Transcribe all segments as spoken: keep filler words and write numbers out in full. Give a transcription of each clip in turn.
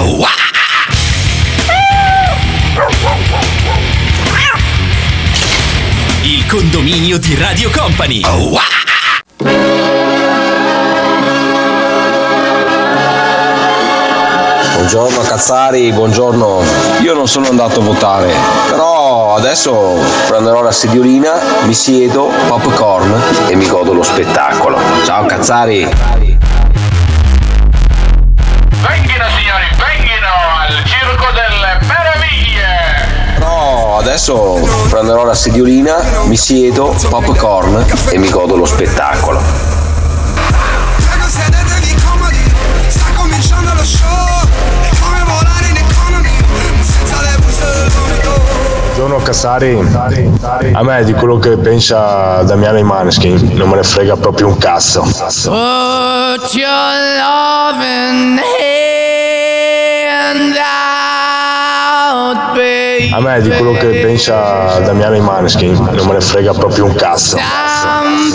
Oh, wow. Il condominio di Radio Company. Oh, wow. Buongiorno Cazzari, buongiorno. Io non sono andato a votare, però adesso prenderò la sediolina, mi siedo, popcorn e mi godo lo spettacolo. Ciao Cazzari. Venghino signori, venghino al circo delle meraviglie. Però adesso prenderò la sediolina, mi siedo, popcorn e mi godo lo spettacolo. Sedetevi comodi, sta cominciando lo show. Buongiorno Cazzari, a me di quello che pensa Damiano i Maneskin non me ne frega proprio un cazzo. Put your loving hand out, baby. A me di quello che pensa Damiano i Maneskin non me ne frega proprio un cazzo. I'm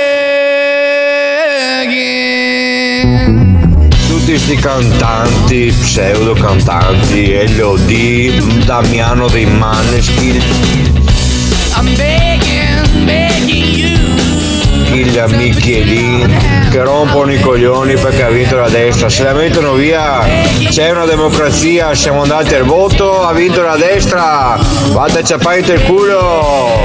begging. Tutti questi cantanti, pseudo cantanti, L O D, Damiano dei Maneskin, I'm begging, begging you. il Michelin, che rompono i coglioni perché ha vinto la destra, se la mettono via, c'è una democrazia, siamo andati al voto, ha vinto la destra, vate a ciappare il culo,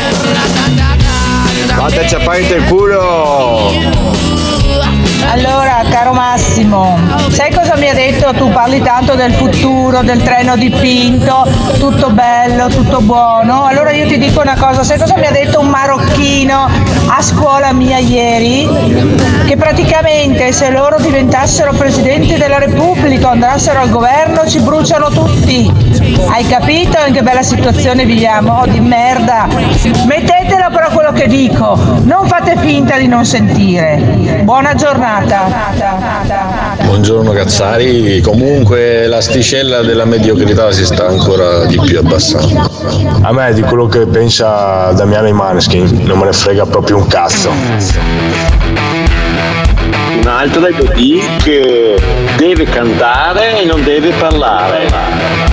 vate a ciappare il culo. Allora, caro Massimo, sai cosa mi ha detto? Tu parli tanto del futuro, del treno dipinto, tutto bello, tutto buono. Allora io ti dico una cosa, sai cosa mi ha detto un marocchino a scuola mia ieri? Che praticamente se loro diventassero presidenti della Repubblica o andassero al governo ci bruciano tutti. Hai capito in che bella situazione viviamo? Oh, di merda! Mettetela però quello che dico, non fate finta di non sentire. Buona giornata. Buongiorno Cazzari, comunque l'asticella della mediocrità si sta ancora di più abbassando. A me di quello che pensa Damiano i Maneskin non me ne frega proprio un cazzo. Un altro dai L O D che deve cantare e non deve parlare.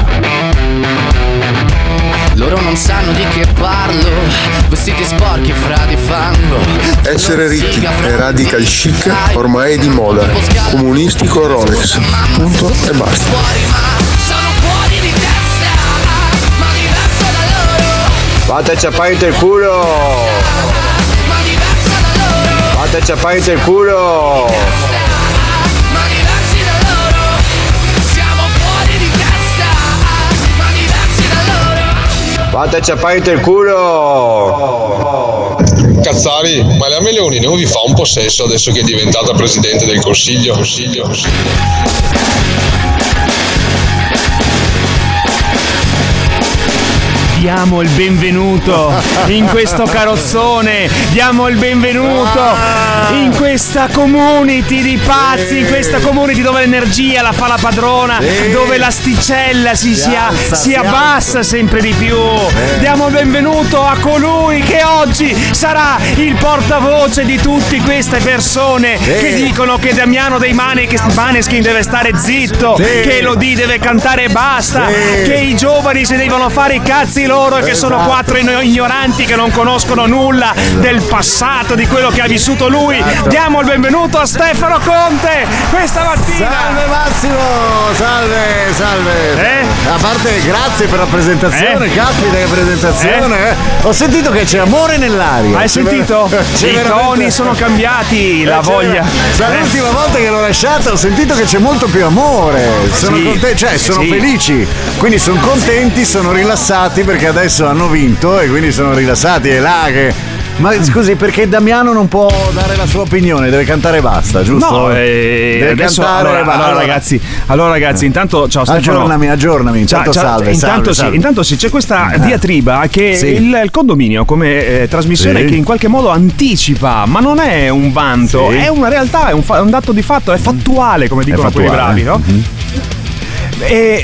Loro non sanno di che parlo, vestiti sporchi fra di fango. Essere ricchi e radical chic ormai è di moda, comunistico Rolex, punto e basta. Vate a ciappare il culo, vate a ciappare il culo. Vate a ciappare il culo. Cazzari, ma la Meloni non vi fa un po' sesso adesso che è diventata Presidente del Consiglio? Consiglio, Consiglio. Diamo il benvenuto in questo carrozzone, diamo il benvenuto in questa community di pazzi, in questa community dove l'energia la fa la padrona, dove l'asticella si, si, alza, si, si abbassa alza. sempre di più. Diamo il benvenuto a colui che oggi sarà il portavoce di tutte queste persone che dicono che Damiano dei Maneskin deve stare zitto, che L O D deve cantare e basta, che i giovani si devono fare i cazzi loro e che sono quattro ignoranti che non conoscono nulla del passato, di quello che ha vissuto lui. Diamo il benvenuto a Stefano Conte questa mattina. Salve Massimo, salve, salve. Eh? A parte grazie per la presentazione, eh? Caspita che presentazione. Eh? Ho sentito che c'è amore nell'aria. Hai sentito? C'è I veramente... toni sono cambiati, la voglia. Dall'ultima eh? volta che l'ho lasciata ho sentito che c'è molto più amore. Sono sì. contenti, cioè sono sì. felici. Quindi sono contenti, sono rilassati perché adesso hanno vinto e quindi sono rilassati. È là che... Ma scusi, perché Damiano non può dare la sua opinione, deve cantare e basta, giusto? No, eh, deve adesso, cantare allora, e basta. allora ragazzi, allora ragazzi, intanto ciao Stefano. Aggiornami, aggiornami, intanto ciao, ciao, salve, intanto salve, sì, salve. intanto sì, c'è questa diatriba che Sì. il, il condominio come eh, trasmissione Sì. che in qualche modo anticipa, ma non è un vanto, Sì. è una realtà, è un, fa- un dato di fatto, è fattuale, come dicono quelli bravi, no? Mm-hmm. E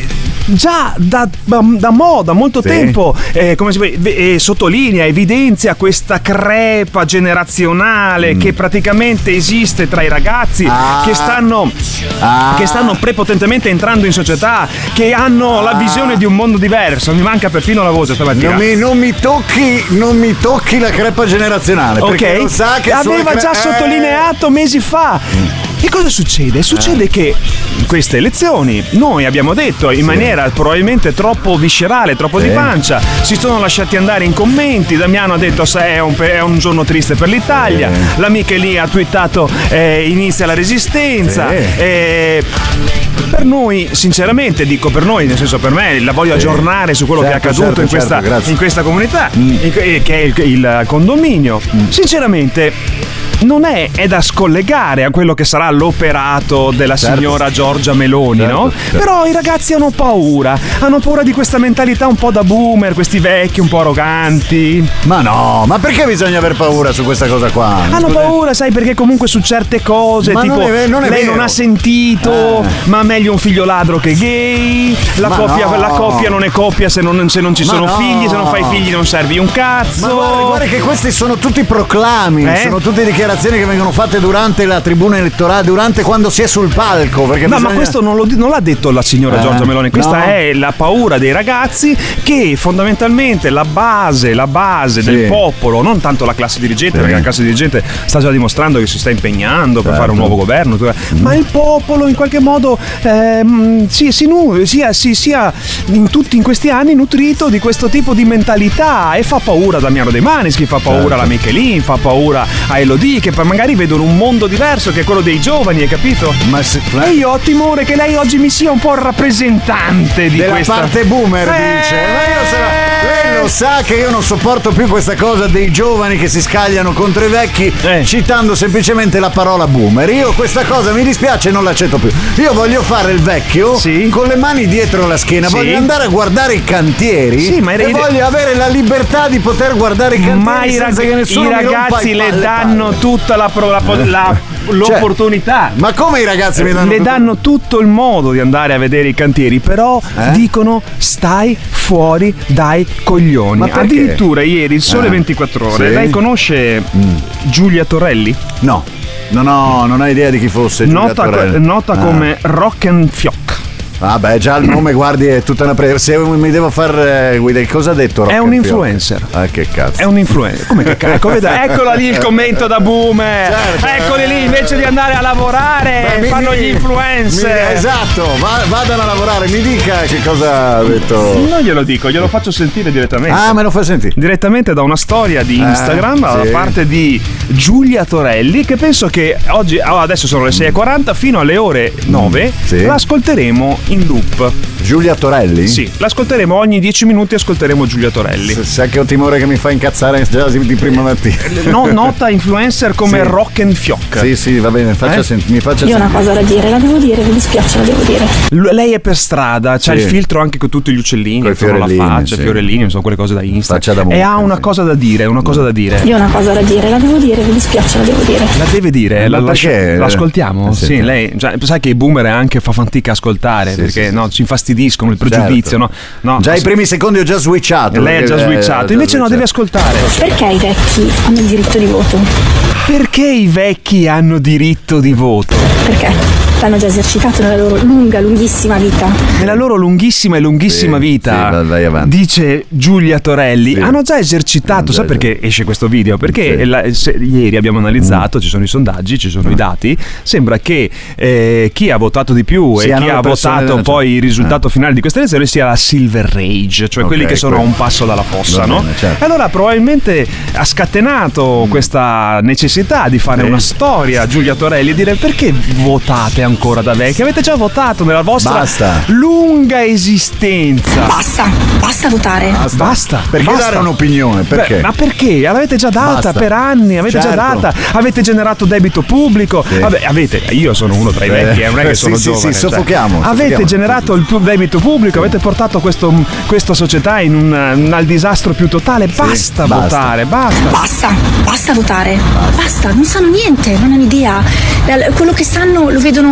già da, da mo, da molto Sì. tempo eh, come si eh, sottolinea, evidenzia questa crepa generazionale mm. che praticamente esiste tra i ragazzi ah. che stanno ah. che stanno prepotentemente entrando in società, che hanno ah. la visione di un mondo diverso. Mi manca perfino la voce stamattina. Non mi, non mi tocchi, non mi tocchi la crepa generazionale. Ok, perché lo sa che aveva cre- già eh. sottolineato mesi fa. E cosa succede? Succede eh. che in queste elezioni noi abbiamo detto in sì. maniera probabilmente troppo viscerale, troppo sì. di pancia, si sono lasciati andare in commenti. Damiano ha detto se è un, è un giorno triste per l'Italia, sì. la Michelì ha twittato eh, inizia la resistenza. Sì. Eh, per noi, sinceramente, dico per noi, nel senso per me, la voglio sì. aggiornare su quello certo, che è accaduto certo, in, questa, certo, in questa comunità, mm. in, che è il, il condominio. Mm. Sinceramente non è, è da scollegare a quello che sarà l'operato della certo. signora Giorgia Meloni, certo, no? Certo. Però i ragazzi hanno paura, hanno paura di questa mentalità un po' da boomer, questi vecchi un po' arroganti. Ma no, ma perché bisogna aver paura su questa cosa qua? Hanno Scusi. paura, sai, perché comunque su certe cose, ma tipo non è, non è lei vero. non ha sentito, eh. ma meglio un figlio ladro che gay, la, coppia, no. la coppia non è coppia se non, se non ci ma sono no. figli, se non fai figli non servi un cazzo. Ma guarda, guarda che questi sono tutti proclami, eh? sono tutte dichiarazioni che vengono fatte durante la tribuna elettorale, durante quando si è sul palco. Perché no, bisogna... ma questo non, lo, non l'ha detto la signora eh, Giorgia Meloni. Questa no. è la paura dei ragazzi, che fondamentalmente la base, la base sì. del popolo, non tanto la classe dirigente, sì. perché la classe dirigente sta già dimostrando che si sta impegnando per certo. fare un nuovo governo, mm. ma il popolo in qualche modo ehm, si, si, sia, si sia in tutti in questi anni nutrito di questo tipo di mentalità, e fa paura a Damiano De Maneschi, fa paura certo. alla Michelin, fa paura a Elodie, che magari vedono un mondo diverso che è quello dei giovani, hai capito? Ma se... E io ho timore che lei oggi mi sia un po' il rappresentante di della questa parte boomer, eh... dice. Ma io sarà... Lei lo sa che io non sopporto più questa cosa dei giovani che si scagliano contro i vecchi eh. citando semplicemente la parola boomer. Io questa cosa mi dispiace, non l'accetto più. Io voglio fare il vecchio sì. con le mani dietro la schiena, sì. voglio andare a guardare i cantieri sì, ma e voglio avere la libertà di poter guardare i cantieri ma senza i rag- che nessuno i ragazzi le palle, danno palle. tutta la, pro, la, la l'opportunità. Cioè, ma come i ragazzi mi danno le tutto? danno tutto il modo di andare a vedere i cantieri, però eh? dicono stai fuori dai coglioni. Ma addirittura ieri il Sole eh, ventiquattro Ore, sì. lei conosce mm. Giulia Torelli? No, non ho, non ho idea di chi fosse Giulia nota, Torelli. Nota ah. come Rock and Fioc. Vabbè, ah, già il nome, guardi, è tutta una pre... Se mi devo far eh, guida, cosa ha detto Rock? È un influencer. Ah, che cazzo. È un influencer. Come che cazzo? Eccola lì il commento da boomer. Certo. Eccoli lì, invece di andare a lavorare, beh, fanno mi, gli influencer. Mi, esatto, va, vadano a lavorare, mi dica che cosa ha detto. Non glielo dico, glielo faccio sentire direttamente. Ah, me lo fai sentire? Direttamente da una storia di Instagram ah, da sì. parte di Giulia Torelli, che penso che oggi, oh, adesso sono le sei e quaranta, fino alle ore nove sì. l'ascolteremo in loop. Giulia Torelli? Sì, l'ascolteremo ogni dieci minuti, ascolteremo Giulia Torelli. S- sai che ho timore che mi fa incazzare già di prima mattina. No, nota influencer come sì. Rock and Fioc. Sì, sì, va bene, faccia eh? sen- mi faccia Io ho una cosa da dire, la devo dire, mi dispiace, la devo dire. L- lei è per strada, c'ha sì. il filtro anche con tutti gli uccellini, con la faccia, sì. fiorellini, non so, quelle cose da Insta. Da e ha una sì. cosa da dire, una cosa da dire. Io ho una cosa da dire, la devo dire, mi dispiace, la devo dire. La deve dire, la, la, perché? L'ascoltiamo? Sì, sì lei, cioè, sai che i boomer anche fa fatica a ascoltare, sì, perché sì, no, ci infastidiscono il pregiudizio, certo. no? no? Già i primi secondi ho già switchato. Lei ha già switchato, invece no, devi ascoltare. Perché i vecchi hanno il diritto di voto? Perché i vecchi hanno diritto di voto? Perché? L'hanno già esercitato nella loro lunga, lunghissima vita. Nella loro lunghissima e lunghissima sì, vita, sì, vai avanti. Dice Giulia Torelli, sì. hanno già esercitato. Sai perché esce questo video? Perché sì. la, se, ieri abbiamo analizzato, mm. ci sono i sondaggi, ci sono mm. i dati. Sembra che eh, chi ha votato di più sì, e chi ha votato poi il risultato ah. finale di queste elezioni sia la Silver Rage, cioè okay, quelli che sono quello. a un passo dalla fossa, no? Bene, certo. Allora probabilmente ha scatenato mm. questa necessità di fare sì. una storia Giulia Torelli e dire perché votate ancora da vecchi, avete già votato nella vostra basta. lunga esistenza. Basta, basta votare. Basta. basta perché basta. dare un'opinione? Perché? Beh, ma perché? L'avete già data basta. per anni, avete certo. già data, avete generato debito pubblico. Sì. Vabbè, avete, io sono uno tra i vecchi, eh, non è che sono sì, giovane. Sì, sì, soffochiamo. Cioè. Avete soffochiamo. generato il debito pubblico, avete portato questo, questa società in un, al disastro più totale. Basta sì, votare, basta. Basta, basta votare. Basta. basta, non sanno niente, non hanno idea. Quello che sanno lo vedono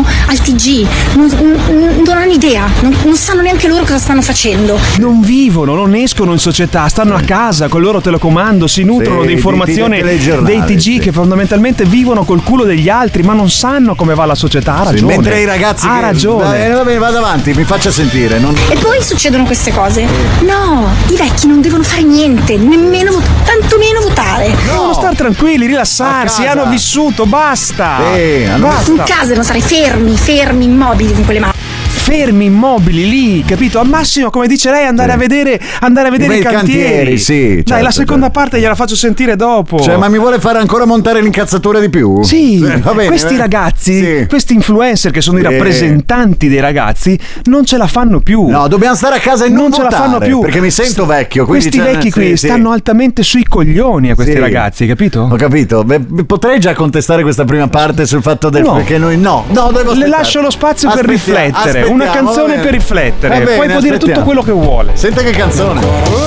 al T G, non, non, non hanno idea, non, non sanno neanche loro cosa stanno facendo. Non vivono, non escono in società, stanno a casa col loro telecomando, si nutrono Sì, di informazione di- di- dei T G sì. che fondamentalmente vivono col culo degli altri, ma non sanno come va la società. Ha Sì, ragione. mentre i ragazzi ha che- ragione. Va, va bene, vado avanti, mi faccia sentire. Non... E poi succedono queste cose. No, i vecchi non devono fare niente, nemmeno vot- tantomeno votare. Devono stare tranquilli, rilassarsi, A casa. hanno vissuto, basta. Sì, hanno basta. In casa devono stare fermi, fermi, immobili con quelle mani. Fermi, immobili lì, capito? Al massimo, come dice lei, andare a vedere andare a vedere I i cantieri. cantieri, sì, Dai, certo, la seconda parte gliela faccio sentire dopo. Cioè, ma mi vuole fare ancora montare l'incazzatura di più? Sì, Eh, va bene, questi eh. ragazzi, Sì. questi influencer che sono i Sì. rappresentanti dei ragazzi, non ce la fanno più. No, dobbiamo stare a casa e non, non ce la votare, fanno più perché mi sento vecchio. quindi Questi cioè, vecchi qui sì, sì. stanno altamente sui coglioni a questi Sì. ragazzi, capito? Ho capito. Beh, potrei già contestare questa prima parte sul fatto del No. perché noi no, no, devo Le aspettare. lascio lo spazio per Aspettiamo, riflettere. aspettiamo, Una canzone va bene. per riflettere. Va bene, Poi può dire tutto aspettiamo. quello che vuole. Senta che canzone.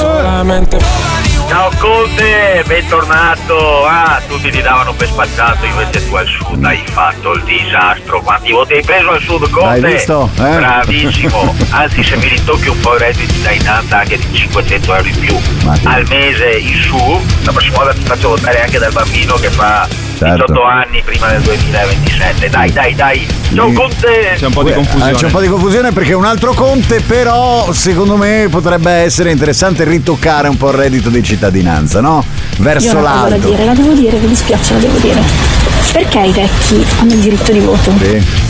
Ciao Conte, bentornato. Ah, tutti ti davano per spazzato, invece tu al sud hai fatto il disastro. Quanti voti hai preso al sud, Conte? Hai visto? Eh? Bravissimo. Anzi, se mi ritocchi un po' il reddito di cittadinanza anche di cinquecento euro in più al mese in su, la prossima volta ti faccio votare anche dal bambino che fa Certo. diciotto anni prima del duemilaventisette. Dai, dai, dai. Ciao Conte. C'è un po' di Eh, confusione. C'è un po' di confusione perché è un altro Conte, però secondo me potrebbe essere interessante ritoccare un po' il reddito di cittadinanza, no? Io Verso ho una cosa da l'alto. dire, la devo dire, mi dispiace, la devo dire. Perché i vecchi hanno il diritto di voto? Sì.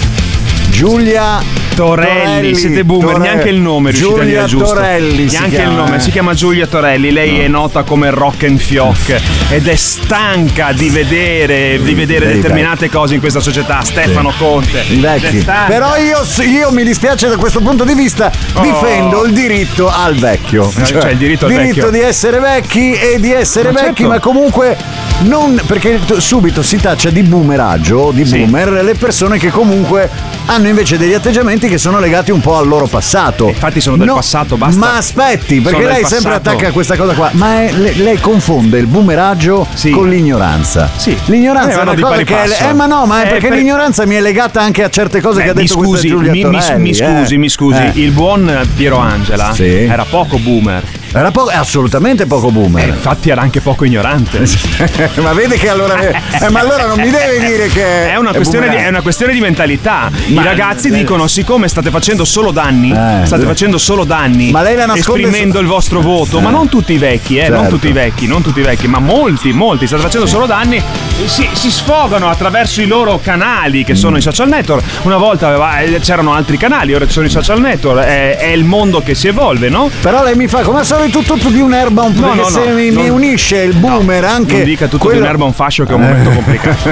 Giulia Torelli, siete boomer, Torelli. neanche il nome riuscite a Giulia dire giusto. Torelli si neanche chiama, il nome, eh. si chiama Giulia Torelli, lei è nota come Rock and Fioc ed è stanca di vedere di vedere Dei determinate cose in questa società. Stefano Conte. I vecchi. È stanca. Però io, io mi dispiace da questo punto di vista, Oh. difendo il diritto al vecchio. Cioè, il diritto al vecchio. di essere vecchi e di essere Ma vecchi, certo. ma comunque non perché t- subito si taccia di boomeraggio, di Sì. boomer, le persone che comunque hanno invece degli atteggiamenti che sono legati un po' al loro passato. Infatti sono del passato, basta. Ma aspetti, perché Sono del lei sempre passato. attacca a questa cosa qua. Ma è- lei, lei confonde il boomeraggio Sì. con l'ignoranza. Sì. L'ignoranza Eh, è vanno una di cosa pari che è, passo. eh, ma no, ma è Eh, perché per- l'ignoranza mi è legata anche a certe cose che ha Eh, mi detto questa scusi, Giulia mi, mi- Torelli, mi scusi, eh. mi scusi, Eh. il buon Piero Angela Sì. era poco boomer. Era poco, è assolutamente poco boomer. Eh, infatti era anche poco ignorante. ma vede che allora eh, ma allora non mi deve dire che È una, questione di, boomerang. è una questione di mentalità. Ma- I ragazzi eh, dicono: siccome state facendo solo danni, Eh, state eh. facendo solo danni, Ma lei la nasconde esprimendo su- il vostro voto. Eh. Ma non tutti i vecchi, eh, non Certo. tutti i vecchi, non tutti i vecchi, ma molti, molti state facendo solo danni. e Si, si sfogano attraverso i loro canali che sono i social network. Una volta aveva- eh, c'erano altri canali, ora ci sono i social network. È, è il mondo che si evolve, no? Però lei mi fa come al solito tutto di un'erba un po', No, perché no, se no, mi, mi non- unisce il boomer anche Non dica tutto quello- di un'erba un fascio che è un momento complicato.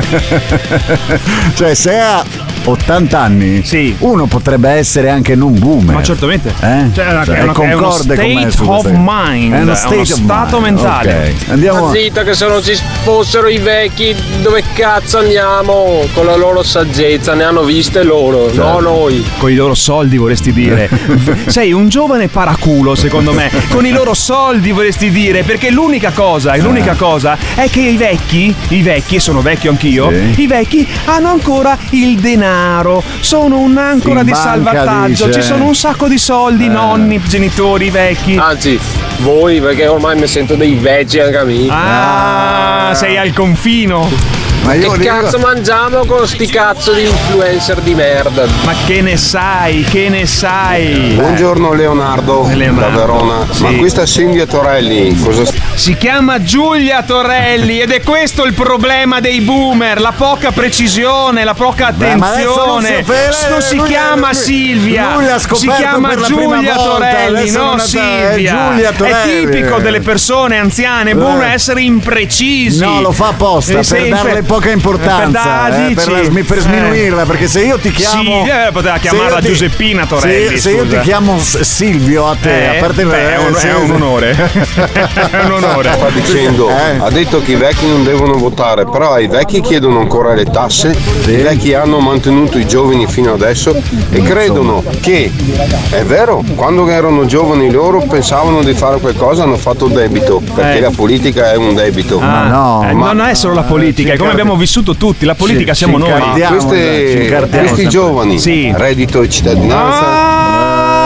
Cioè se ha ottanta anni, Sì. uno potrebbe essere anche non boomer. Ma certamente. Eh? Cioè, è una- Cioè, è una- è uno concorde con me state su questa of cosa. mind, È uno è state uno of stato mind. mentale. Ok, andiamo. Zita che se non ci fossero i vecchi dove cazzo andiamo con la loro saggezza, ne hanno viste loro, Certo. no noi. Con i loro soldi vorresti dire. Sei un giovane paraculo, secondo me. Con i loro soldi vorresti dire, perché l'unica cosa, l'unica cosa è che i vecchi, i vecchi, e sono vecchio anch'io, Sì. i vecchi hanno ancora il denaro, sono un'ancora In di banca, salvataggio, dice. ci sono un sacco di soldi, Eh. nonni, genitori, vecchi. Anzi, voi perché ormai mi sento dei vecchi anche a me. Ah, sei al confino. Ma io Che dico- cazzo mangiamo con sti cazzo di influencer di merda? Ma che ne sai, che ne sai? Buongiorno Leonardo, Leonardo, da Verona. sì. Ma questa Silvia Torelli cosa sta... Si chiama Giulia Torelli ed è questo il problema dei boomer, la poca precisione, la poca Beh, ma adesso non si- attenzione. per- Non si lui- chiama lui- Silvia, lui l'ha si scoperto chiama per la prima Giulia volta, Torelli, adesso non non è- è Silvia. Giulia Torelli. È tipico delle persone anziane, boomer, essere imprecisi. No, lo fa apposta Eh, per sempre- darle poca importanza, per da- eh, dici? per, la smi- per Eh. sminuirla, perché se io ti chiamo Sì, eh, poteva se chiamarla io ti- Giuseppina Torelli, Se, se io scusa. ti chiamo S- Silvio a te, Eh, a parte beh, è un- sì, è un sì. onore. È un onore. Sta dicendo, Eh. ha detto che i vecchi non devono votare, però i vecchi chiedono ancora le tasse, i vecchi hanno mantenuto i giovani fino adesso e credono che, è vero, quando erano giovani loro pensavano di fare qualcosa, hanno fatto debito, perché Eh. la politica è un debito. Ah, no, eh, ma- non è solo la politica, è come Sì, abbiamo l'abbiamo vissuto tutti, la politica Sì, siamo ci noi. incartiamo, Queste- ci incartiamo questi sempre. giovani, sì. reddito di cittadinanza.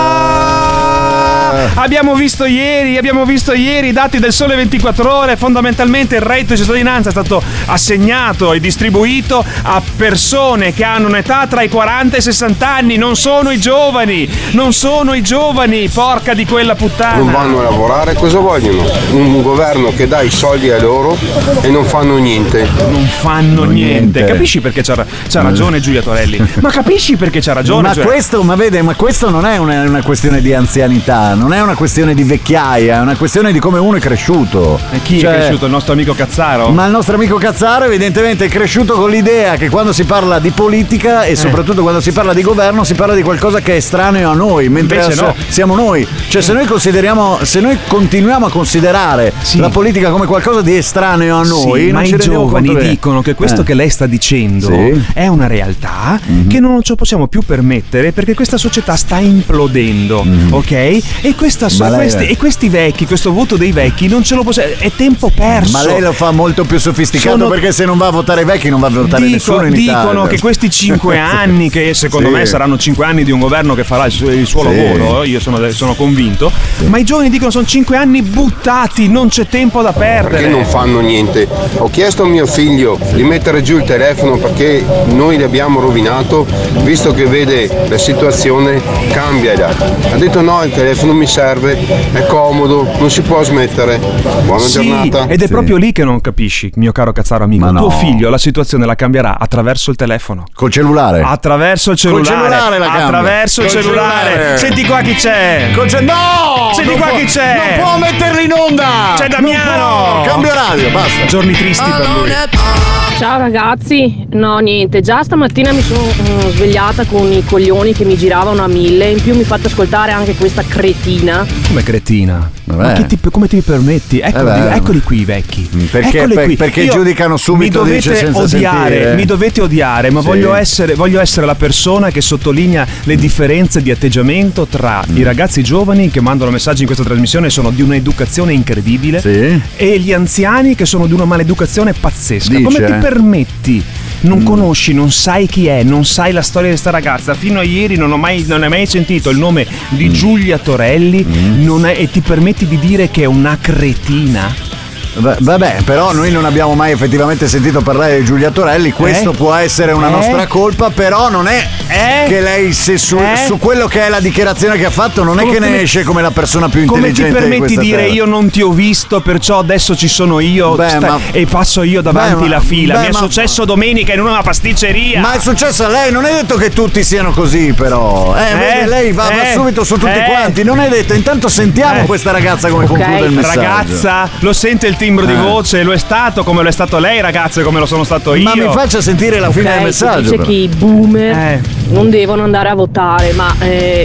Abbiamo visto ieri, abbiamo visto ieri i dati del Sole ventiquattro Ore. Fondamentalmente il reddito di cittadinanza è stato assegnato e distribuito a persone che hanno un'età tra i quaranta e i sessanta anni. Non sono i giovani, non sono i giovani, porca di quella puttana. Non vanno a lavorare, cosa vogliono? Un governo che dà i soldi a loro e non fanno niente. Non fanno niente. niente. Capisci perché c'ha, c'ha ragione Giulia Torelli? Ma capisci perché c'ha ragione? Ma Giulia? questo, ma vede, ma questo non è una, una questione di anzianità, non è una questione di vecchiaia, è una questione di come uno è cresciuto. E chi Cioè, è cresciuto? Il nostro amico Cazzaro? Ma il nostro amico Cazzaro evidentemente è cresciuto con l'idea che quando si parla di politica e soprattutto quando si parla di governo si parla di qualcosa che è estraneo a noi, mentre Invece no. siamo noi. Cioè se noi consideriamo, se noi continuiamo a considerare la politica come qualcosa di estraneo a noi, Sì, non ma ci i rendiamo giovani conto che- dicono che questo Eh. che lei sta dicendo Sì. è una realtà che non ce lo possiamo più permettere perché questa società sta implodendo, ok? E, questa so- Ma lei- questi, e questi vecchi, questo voto dei vecchi non ce lo possiamo, è tempo perso. Ma lei lo fa molto più sofisticato Sono- perché se non va a votare i vecchi non va a votare Dico- nessuno in dicono Italia. che questi cinque anni, che secondo Sì. me saranno cinque anni di un governo che farà il suo, il suo Sì. lavoro, io sono, sono convinto, ma i giovani dicono sono cinque anni buttati, non c'è tempo da perdere. Perché non fanno niente? Ho chiesto a mio figlio di mettere giù il telefono perché noi l'abbiamo rovinato, visto che vede la situazione, cambiala. Ha detto no, il telefono mi serve, è comodo, non si può smettere. Buona Sì, giornata. ed è proprio lì che non capisci, mio caro Cazzaro amico. Ma no. Tuo figlio la situazione la cambierà attraverso il telefono. Col cellulare. Attraverso il Col cellulare. cellulare la cambia. attraverso il Col cellulare. cellulare. Senti qua chi c'è. Col ce- no! Senti Non qua può- chi c'è. Non può metterli in onda! C'è Non Damiano. può. Cambio radio, basta. Giorni tristi per lui. Ciao ragazzi, no niente, già stamattina mi sono mm, svegliata con i coglioni che mi giravano a mille, in più mi fate ascoltare anche questa cretina. Come cretina? Vabbè. Ma che ti- come ti permetti? Eccoli, Eh beh. eccoli qui i vecchi. Perché- Eccoli per- qui. perché Io- giudicano subito, mi dice, dovete senza odiare, sentire. mi dovete odiare, ma Sì. voglio essere, voglio essere la persona che sottolinea le differenze di atteggiamento tra Mm. i ragazzi giovani che mandano messaggi in questa trasmissione e sono di un'educazione incredibile Sì. e gli anziani che sono di una maleducazione pazzesca. Dice? Come ti permetti? Non Mm. conosci, non sai chi è, non sai la storia di questa ragazza. Fino a ieri non ho mai, non hai mai sentito il nome di Mm. Giulia Torelli non è- e ti permetti di dire che è una cretina? Va- Vabbè, però noi non abbiamo mai effettivamente sentito parlare di Giulia Torelli. Questo Eh? può essere una Eh? nostra colpa, però non è Eh? che lei se su, Eh? su quello che è la dichiarazione che ha fatto non è Come- che ne come- esce come la persona più Come ti intelligente di permetti questa di dire terra. io non ti ho visto, perciò adesso ci sono io Beh, sta- ma- e passo io davanti Beh, ma- la fila? beh, Mi è ma- successo domenica in una pasticceria. Ma è successo a lei, non è detto che tutti siano così, però. Eh, Eh? vede, lei va, va Eh? subito su tutti Eh? quanti. Non è detto, intanto sentiamo Eh. questa ragazza come Ok, conclude il messaggio. Ragazza, lo sente il timbro di Eh. voce, lo è stato come lo è stato lei, ragazze, come lo sono stato io. Ma mi faccia sentire la fine Ok, del si messaggio. dice però. che i boomer Eh. non devono andare a votare, ma eh,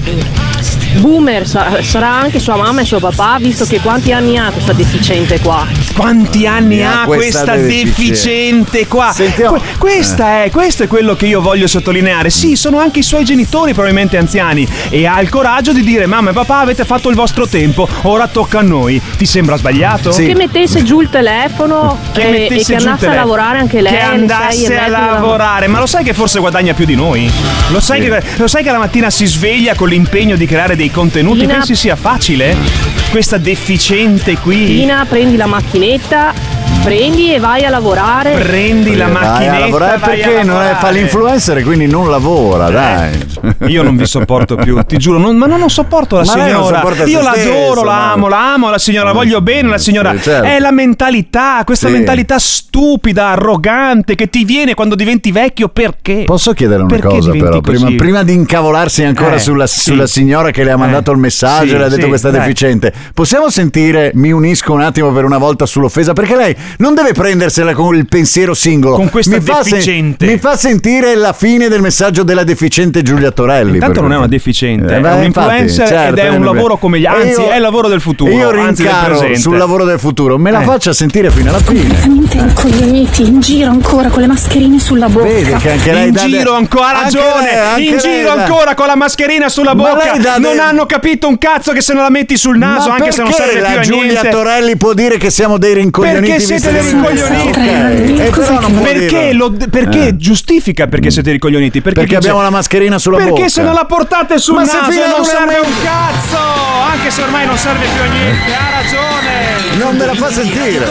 boomer sa- sarà anche sua mamma e suo papà, visto che quanti anni ha questa deficiente qua? Quanti anni Ne ha ha questa questa deficiente. deficiente qua? Sentiamo. Que- questa è, questo è quello che io voglio sottolineare. Sì, sono anche i suoi genitori probabilmente anziani e ha il coraggio di dire mamma e papà avete fatto il vostro tempo, ora tocca a noi. Ti sembra sbagliato? Sì. Che mettesse giù il telefono Che e, e mettesse che giù il andasse a telefono. lavorare anche lei. Che alle sei e andasse mezza a della- lavorare. Ma lo sai che forse guadagna più di noi? Lo sai, Sì. che, lo sai che la mattina si sveglia con l'impegno di creare dei contenuti? Tina- Pensi sia facile? Questa deficiente qui. Tina, prendi la macchinetta, prendi e vai a lavorare. Prendi la Vai a macchinetta. lavorare vai a perché non è, fa lavorare. l'influencer, quindi non lavora, dai. Io non vi sopporto più, ti giuro, non- ma non, non sopporto la Ma lei non signora. sopporta se Io l'adoro, stesso, la ma- amo, la amo, la signora, voglio bene la signora. Sì, certo. È la mentalità, questa Sì. mentalità stupida, arrogante che ti viene quando diventi vecchio. Perché? Posso chiedere una Perché cosa diventi però, così? prima, prima di incavolarsi ancora Eh, sulla, sì. sulla signora che le ha mandato Eh, il messaggio sì, e le ha detto sì, questa eh. deficiente, possiamo sentire, mi unisco un attimo per una volta sull'offesa, perché lei non deve prendersela con il pensiero singolo. Con questa mi fa sen- deficiente. mi fa sentire la fine del messaggio della deficiente Giulia Torelli. Intanto per non è una favore. deficiente, Eh, è beh, un infatti, influencer certo, ed è è un un- lavoro come gli E anzi io- è il lavoro del futuro, Io anzi del rincaro presente. sul lavoro del futuro, me la Eh. faccia sentire fino alla fine. Completamente incoglioniti, in giro ancora con le mascherine sulla bocca. Vedi che anche lei in dà de- giro ancora ha anche ragione, lei- anche in lei giro dà- ancora con la mascherina sulla Ma bocca. lei dà Non de- hanno capito un cazzo che se non la metti sul naso, Ma anche se non perché serve la più a Giulia niente. Torelli può dire che siamo dei rincoglioniti Perché visto siete ricoglioniti. Eh, però non può Perché, dirlo. lo, perché Eh. giustifica perché siete ricoglioniti? Perché, Perché dice- abbiamo la mascherina sulla perché bocca. se non la portate sul Ma se naso fino non a serve una- un cazzo. Anche se ormai non serve più a niente. Ha ragione. Non me la fa sentire.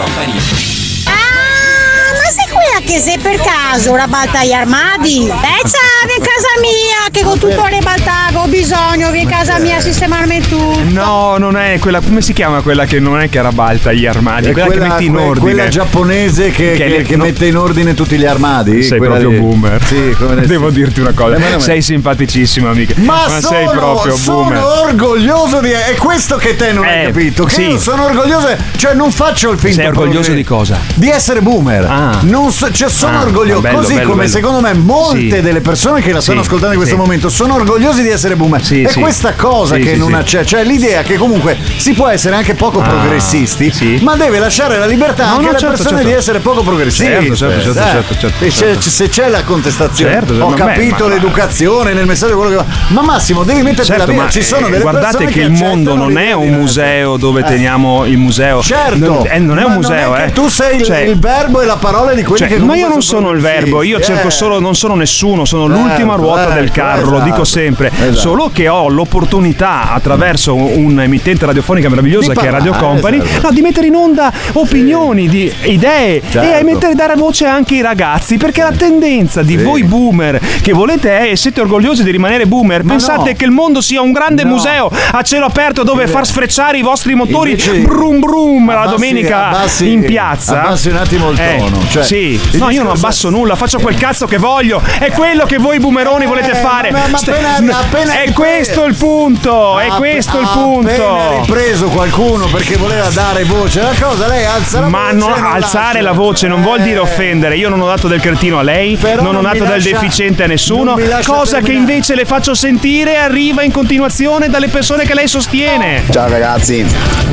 Ma sei quella che sei per caso una balta agli armadi? Pensa in casa mia che con tutto ribaltato ho bisogno di casa mia a sistemarmi tutto. No, non è quella. Come si chiama quella che non è che rabalta gli armadi? È Quella, che metti in que- ordine. quella giapponese che, Che che- le- che no. mette in ordine tutti gli armadi. Sei Quella proprio lì. boomer. Sì, come ne- Devo dirti una cosa. Eh, ma no, ma- sei simpaticissima, amica. Ma, sei sono, proprio sono boomer. orgoglioso di. È questo che te non hai Eh, capito. Che sì. io sono orgoglioso. Cioè, non faccio il finto. Sei orgoglioso progresso. di cosa? Di essere boomer. Ah. Non so, cioè, sono Ah, orgoglioso. bello, Così bello, come bello. secondo me molte Sì. delle persone che la stanno Sì, ascoltando in questo sì. momento sono orgogliosi di essere boomer. Sì, è sì. questa cosa Sì, che sì, non sì. accetta. Cioè, l'idea che comunque si può essere anche poco Ah, progressisti, sì. ma deve lasciare la libertà No, anche no, alle certo, persone certo. di essere poco progressisti. Certo, certo, certo, Eh, certo, certo, e c'è- certo. se c'è la contestazione, Certo, ho ma- capito beh, ma- l'educazione nel messaggio quello che va. Ma Massimo, devi metterti Certo, la via. ma Ci sono delle guardate persone che il mondo accettano non è l'idea un di- museo dove Eh. teniamo il museo. Certo, non, eh, non è ma un museo, non è eh. che tu sei il, Cioè- il verbo e la parola di quelli Cioè, che ma comunque io non sono il verbo, io progressisti, cerco eh. solo, non sono nessuno, sono Certo, l'ultima ruota del ecco, carro, lo esatto, dico sempre. esatto. Solo che ho l'opportunità, attraverso un'emittente radiofonica meravigliosa Di che è Radio parlare, Company, esatto. no, di mettere in onda opinioni, di idee Certo. e a mettere, dare voce anche ai ragazzi, perché la tendenza di Sì. voi boomer che volete è, e siete orgogliosi di rimanere boomer, Ma pensate no. che il mondo sia un grande No. museo a cielo aperto dove Invece- far sfrecciare i vostri motori Invece- brum brum la Abbassi- domenica abbassi- in piazza. abbassi un attimo il Eh, tono, cioè, sì, il no, io non discorso- abbasso nulla, faccio quel cazzo che voglio. È quello che voi boomeroni volete Eh, fare. ma- ma St- appena- appena è ripre- questo il punto, è Ha- questo il ha punto. appena ripreso qualcuno perché voleva dare voce alla cosa, lei alza la Ma voce no, e non alzare lascia. la voce non vuol dire Eh, offendere. Io non ho dato del cretino a lei, Però non ho non dato mi del lascia- deficiente a nessuno. non mi lascia Cosa che terminare. invece le faccio sentire e arriva in continuazione dalle persone che lei sostiene. Ciao ragazzi,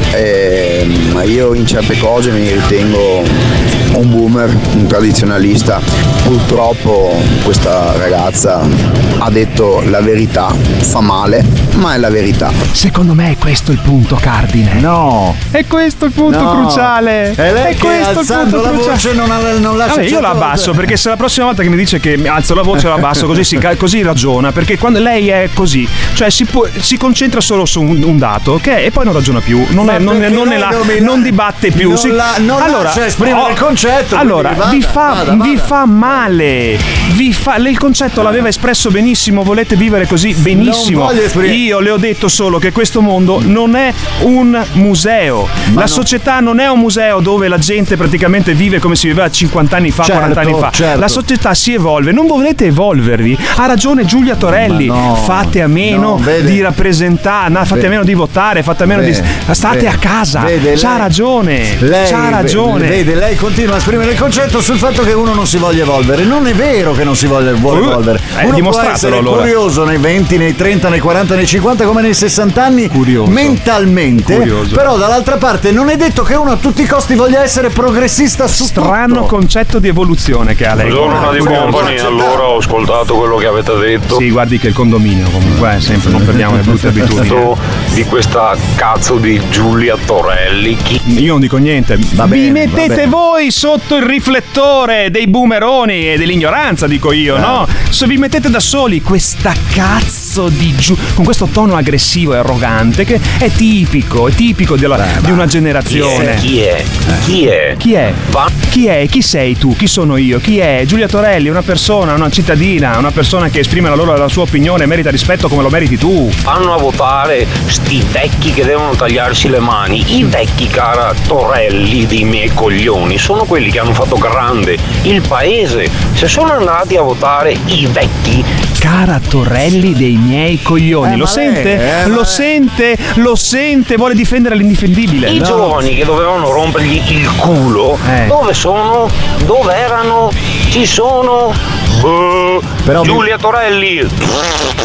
Ehm, io in certe cose mi ritengo un boomer, un tradizionalista. Purtroppo questa ragazza ha detto la verità, fa male, ma è la verità. Secondo me è questo il punto cardine. No. È questo il punto No. cruciale. È lei è che questo il alzando punto la cruciale. voce non, ha- non lascia Vabbè, io la certo- abbasso perché se la prossima volta che mi dice che mi alzo la voce la abbasso così, si, ca- così ragiona, perché quando lei è così, cioè si, può- si concentra solo su un, un dato, ok? E poi non ragiona più, non, Ma è- non, perché non, ne lei la- non mi- non dibatte più. non si- la- non lascia esprimere il concetto, Allora, quindi vi, vada, fa, vada, vi vada. fa male, vi fa, lei il concetto l'aveva espresso benissimo, volete vivere così benissimo. Non voglio esprimere- Io le ho detto solo che questo mondo non è un museo. Ma la no. società non è un museo dove la gente praticamente vive come si viveva cinquanta anni fa, Certo, quaranta anni fa. certo. La società si evolve, non volete evolvervi. Ha ragione Giulia Torelli. Ma no, fate a meno no, vede. di rappresentare, no, fate Vede. a meno di votare, fate a meno Vede, di. State vede, a casa. vede, C'ha lei- ragione. Lei C'ha ragione. Vede, lei continua a esprimere il concetto sul fatto che uno non si voglia evolvere. Non è vero che non si voglia, vuole Uh, evolvere. eh, Uno può dimostratelo, essere allora. curioso nei venti, nei trenta, nei quaranta, nei cinquanta, come nei sessanta anni, Curioso. mentalmente. Curioso. Però dall'altra parte non è detto che uno a tutti i costi voglia essere progressista su Strano tutto. concetto di evoluzione che ha lei. Buongiorno Radio Curioso. Company, allora ho ascoltato quello che avete detto. Sì, guardi che il condominio comunque, eh, sempre non perdiamo le brutte abitudini. Di questa cazzo di Giulia Torelli. Chi Io non dico niente. Va Vi bene, va mettete bene. voi sotto il riflettore dei boomeroni e dell'ignoranza, dico io, no? Se vi mettete da soli questa cazzo di giù con questo tono aggressivo e arrogante che è tipico, è tipico della- di una generazione. Chi è? Chi è? Chi è? Va- Chi è? Chi sei tu? Chi sono io? Chi è? Giulia Torelli, una persona, una cittadina, una persona che esprime la, loro, la sua opinione e merita rispetto come lo meriti tu. Vanno a votare sti vecchi che devono tagliarsi le mani. I vecchi, cara Torelli, dei miei coglioni, sono quelli che hanno fatto grande il paese. Se sono andati a votare i vecchi, Cara Torelli dei miei coglioni, Eh, lo ma sente? lei, eh, lo ma- sente? Lo sente? Vuole difendere l'indifendibile. i No. giovani che dovevano rompergli il culo, Eh. dove sono? Dove erano? Ci sono? Boh. Però mi- Giulia Torelli.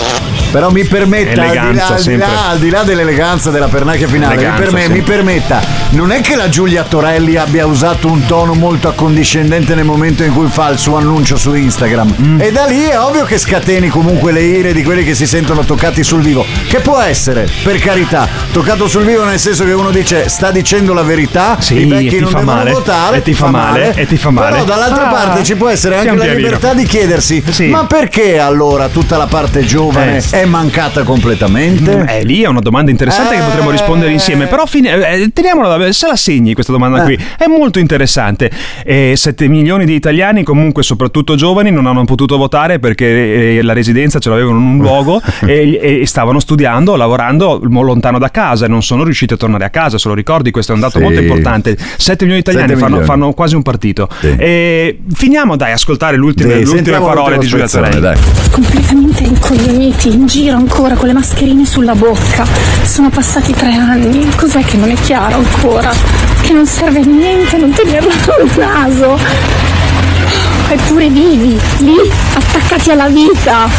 Però mi permetta, al di, là, Eleganza, al, di sempre. là, al di là dell'eleganza della pernacchia finale, mi, Eleganza, per me- sì. mi permetta, non è che la Giulia Torelli abbia usato un tono molto accondiscendente nel momento in cui fa il suo annuncio su Instagram. Mm. E da lì è ovvio che scateni comunque le ire di quelli che si sentono toccati sul vivo. Che può essere, per carità, toccato sul vivo nel senso che uno dice sta dicendo la verità, Sì, i e vecchi ti non fa devono male, votare, e ti fa male, e ti fa male. Però dall'altra Ah, parte ci può essere anche pian la pianino. libertà di chiedersi Sì. ma perché allora tutta la parte giovane Eh. è mancata completamente? Eh, lì è una domanda interessante Eh. che potremmo rispondere insieme. Però fine, eh, teniamola, da- se la segni questa domanda Eh. qui, è molto interessante. Eh, sette milioni di italiani, comunque soprattutto giovani, non hanno potuto votare perché eh, la residenza ce l'avevano in un luogo e, e stavano studiando, lavorando mo- lontano da casa e non sono riusciti a tornare a casa. Se lo ricordi, questo è un dato Sì. molto importante. sette milioni di italiani Sette fanno, milioni. fanno quasi un partito. Sì. E finiamo dai a ascoltare l'ultime, Sì, le ultime sentiamo parole l'ultimo di Giulia spezzone, Torelli. dai. Completamente incoglioniti, in giro ancora con le mascherine sulla bocca. Sono passati tre anni, cos'è che non è chiaro ancora? Che non serve a niente non tenerla sul naso. Eppure vivi, lì, attaccati alla vita.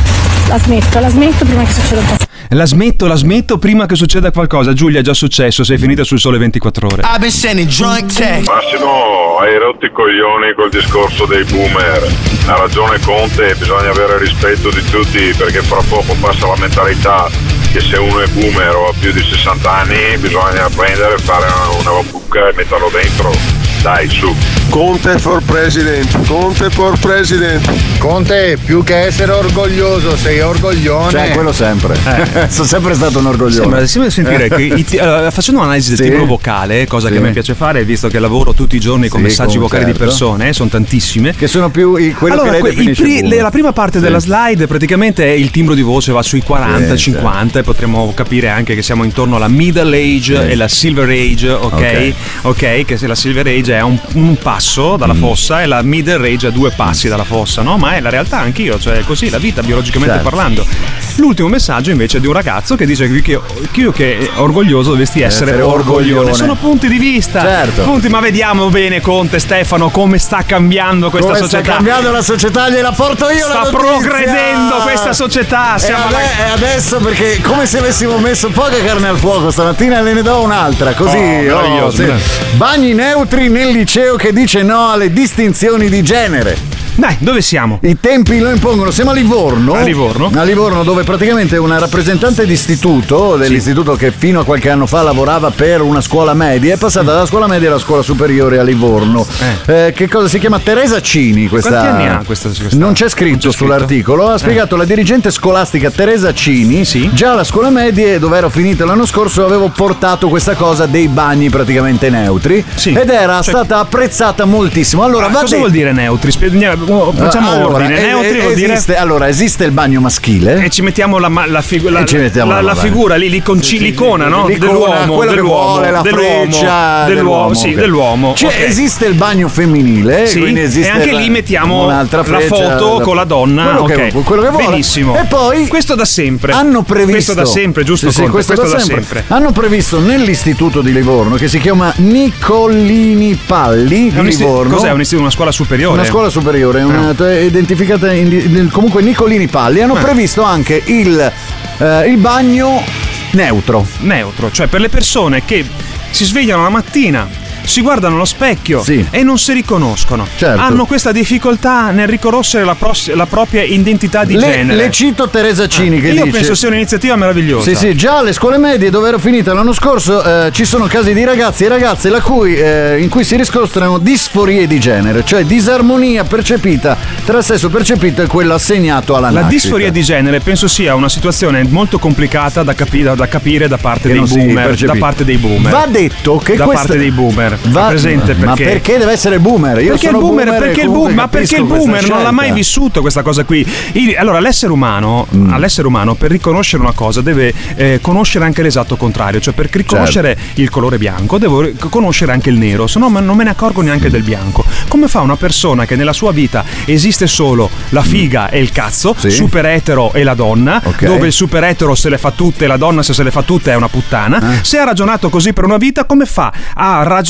La smetto, la smetto prima che succeda qualcosa. La smetto, la smetto prima che succeda qualcosa. Giulia, è già successo, sei finita sul Sole ventiquattro ore. I've been sending drunk texts. Massimo, hai rotto i coglioni col discorso dei boomer. Ha ragione Conte, bisogna avere rispetto di tutti perché fra poco passa la mentalità che se uno è boomer o ha più di sessanta anni bisogna prendere, fare una, una buca e metterlo dentro. Dai, su. Conte for president, Conte for president. Conte, più che essere orgoglioso, sei orgoglione. Cioè, quello sempre. Sono sempre stato un orgoglione. Sembra, sembra sentire che i ti- allora, facendo un'analisi del Sì. timbro vocale, cosa Sì. che a me piace fare, visto che lavoro tutti i giorni con Sì, messaggi con- vocali certo. di persone, eh, sono tantissime. Che sono più i- quello Allora, che lei que- i definisce pri- boomer. le- la prima parte Sì. della slide praticamente è il timbro di voce va sui quaranta Sì, cinquanta e potremmo capire anche che siamo intorno alla middle age Sì. e la silver age, ok? Ok. Ok, che se la silver age è a un, un passo dalla Mm. fossa e la middle age a due passi dalla fossa, no? Ma è la realtà anch'io, cioè è così la vita biologicamente Certo. parlando. L'ultimo messaggio invece è di un ragazzo che dice che io che, io che è orgoglioso dovresti essere, essere orgoglione. orgoglione. Sono punti di vista. Certo. Punti, ma vediamo bene Conte, Stefano, come sta cambiando questa Come società. sta cambiando la società, gliela porto io Sta la notizia. progredendo questa società. E, Siamo ade- alla- e adesso perché come se avessimo messo poca carne al fuoco stamattina ne do un'altra così Oh, oh, meraviglioso, sì. beh. Bagni neutri nel liceo che dice no alle distinzioni di genere. Dai, dove siamo? I tempi lo impongono, siamo a Livorno. A Livorno? A Livorno, dove praticamente una rappresentante d'istituto, dell'istituto che fino a qualche anno fa lavorava per una scuola media, è passata dalla scuola media alla scuola superiore a Livorno. Eh, che cosa si chiama? Teresa Cini. Questa... Quanti anni ha questa- questa- Non c'è scritto non c'è scritto? sull'articolo. Ha Eh. spiegato la dirigente scolastica Teresa Cini. Sì. Già alla scuola media, dove ero finito l'anno scorso, avevo portato questa cosa dei bagni praticamente neutri. Sì. Ed era Cioè- stata apprezzata moltissimo. Allora, Ah, va cosa detto- vuol dire neutri? Spie- andiamo- Facciamo allora, ordine. eh, Neutri eh, vuol dire. esiste, allora, esiste il bagno maschile. E ci mettiamo la, ma- la, figu- la, E ci mettiamo la- la- la va figura lì, l'iconci- Sì, sì, l'icona, sì, no? l'icona, dell'uomo, quello che dell'uomo, vuole, la dell'uomo, freccia dell'uomo, sì, ok. dell'uomo. Cioè, ok. esiste il bagno femminile, Sì, quindi esiste e anche la- lì mettiamo un'altra la freccia, foto con la donna. quello ok. che, quello che vuole. Benissimo. E poi questo da sempre. hanno previsto Questo da sempre, giusto? Sì, sì, Conte? questo, questo da, da sempre. sempre. Hanno previsto nell'istituto di Livorno che si chiama Nicolini Palli È di un isti- Livorno. Cos'è? Un isti- una scuola superiore? Una scuola superiore, una, è identificata in- comunque Nicolini Palli. Hanno Ah. previsto anche il, eh, il bagno neutro. Neutro, cioè per le persone che si svegliano la mattina, si guardano allo specchio Sì. e non si riconoscono. Certo. Hanno questa difficoltà nel riconoscere la, pros- la propria identità di Le, genere. le cito Teresa Cini che Io dice penso sia un'iniziativa meravigliosa. Sì, sì, già alle scuole medie dove ero finita l'anno scorso eh, ci sono casi di ragazzi e ragazze la cui, eh, in cui si riscontrano disforie di genere, cioè disarmonia percepita tra il sesso percepito e quello assegnato alla La nascita. disforia di genere penso sia una situazione molto complicata da, capi- da- da capire da parte Che dei non si boomer. percepisce. Da parte dei boomer. Va detto che da questa- parte dei boomer. Va- Fa presente ma perché? perché deve essere boomer? Io perché il sono boomer, boomer e perché il comunque boom- ma perché il capisco questa boomer non l'ha mai scelta. vissuto questa cosa qui. Il- allora l'essere umano, Mm. all'essere umano per riconoscere una cosa deve eh, conoscere anche l'esatto contrario, cioè per riconoscere Certo. il colore bianco devo ri- conoscere anche il nero, se no ma non me ne accorgo neanche del bianco. Come fa una persona che nella sua vita esiste solo la figa e il cazzo, Sì. super etero e la donna, Ok. dove il super etero se le fa tutte e la donna se se le fa tutte è una puttana, Eh. se ha ragionato così per una vita, come fa a ragionare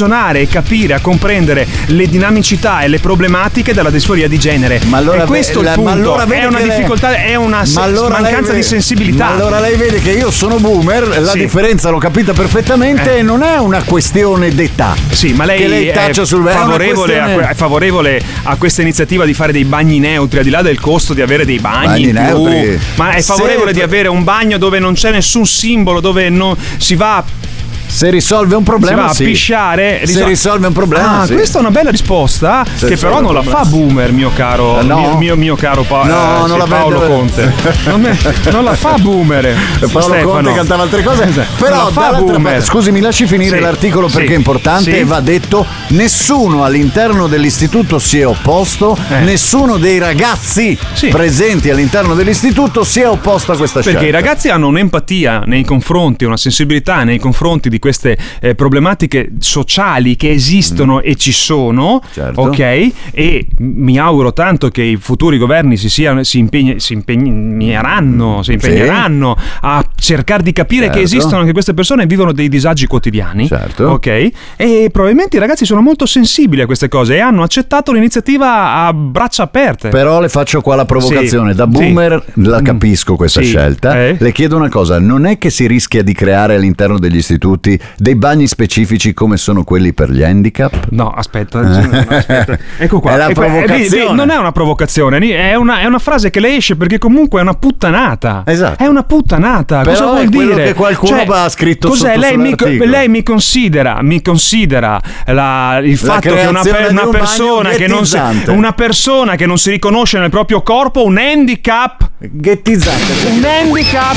ragionare e capire, a comprendere le dinamicità e le problematiche della disforia di genere. Ma allora e questo ve- è il la- punto. ma allora È una vede che difficoltà, lei- è una se- ma allora mancanza lei di ve- sensibilità. Ma allora lei vede che io sono boomer, la Sì. differenza l'ho capita perfettamente Eh. e non è una questione d'età. Sì, ma lei, che lei è, taccia sul è una favorevole a, questione- que- è favorevole a questa iniziativa di fare dei bagni neutri, al di là del costo di avere dei bagni, Bagni in più, neutri. ma è favorevole Se- di avere un bagno dove non c'è nessun simbolo, dove non si va Se risolve un si problema, va a sì. pisciare. Se risol- risolve un problema, Ah, sì. questa è una bella risposta Se che però risolve non un la problema. fa boomer, mio caro, Eh, no? mio, mio, mio caro Pa- No, eh, non sì, la Paolo vede- Conte. Non, me- non la fa boomer. Paolo Stefano. Conte cantava altre cose, Non però la fa dall'altra boomer. parte, scusi, mi lasci finire Sì, l'articolo perché sì, è importante. sì. E va detto: nessuno all'interno dell'istituto si è opposto, Eh. nessuno dei ragazzi Sì. presenti all'interno dell'istituto si è opposto a questa scelta. Perché i ragazzi hanno un'empatia nei confronti, una sensibilità nei confronti di queste eh, problematiche sociali che esistono e ci sono, Certo. ok? E mi auguro tanto che i futuri governi si, siano, si, impegni, si impegneranno, si impegneranno a cercare di capire Certo. che esistono anche queste persone e vivono dei disagi quotidiani, Certo. ok? E probabilmente i ragazzi sono molto sensibili a queste cose e hanno accettato l'iniziativa a braccia aperte. Però le faccio qua la provocazione. Sì. Da boomer la capisco questa Sì. scelta. Eh? Le chiedo una cosa: non è che si rischia di creare all'interno degli istituti dei bagni specifici come sono quelli per gli handicap? No, aspetta, no, aspetta. Ecco qua. È la Ecco, eh, provocazione. vedi, vedi, non è una provocazione, è una, è una frase che le esce perché comunque è una puttanata. Esatto. È una puttanata. Però Cosa vuol è quello dire? che qualcuno ha scritto cos'è? sotto Lei mi, sull'articolo. lei mi considera, mi considera la- il La fatto che una, creazione per- di una un persona bagno che non si, ghettizzante. una persona che non si riconosce nel proprio corpo, un handicap, Ghettizzante. un handicap.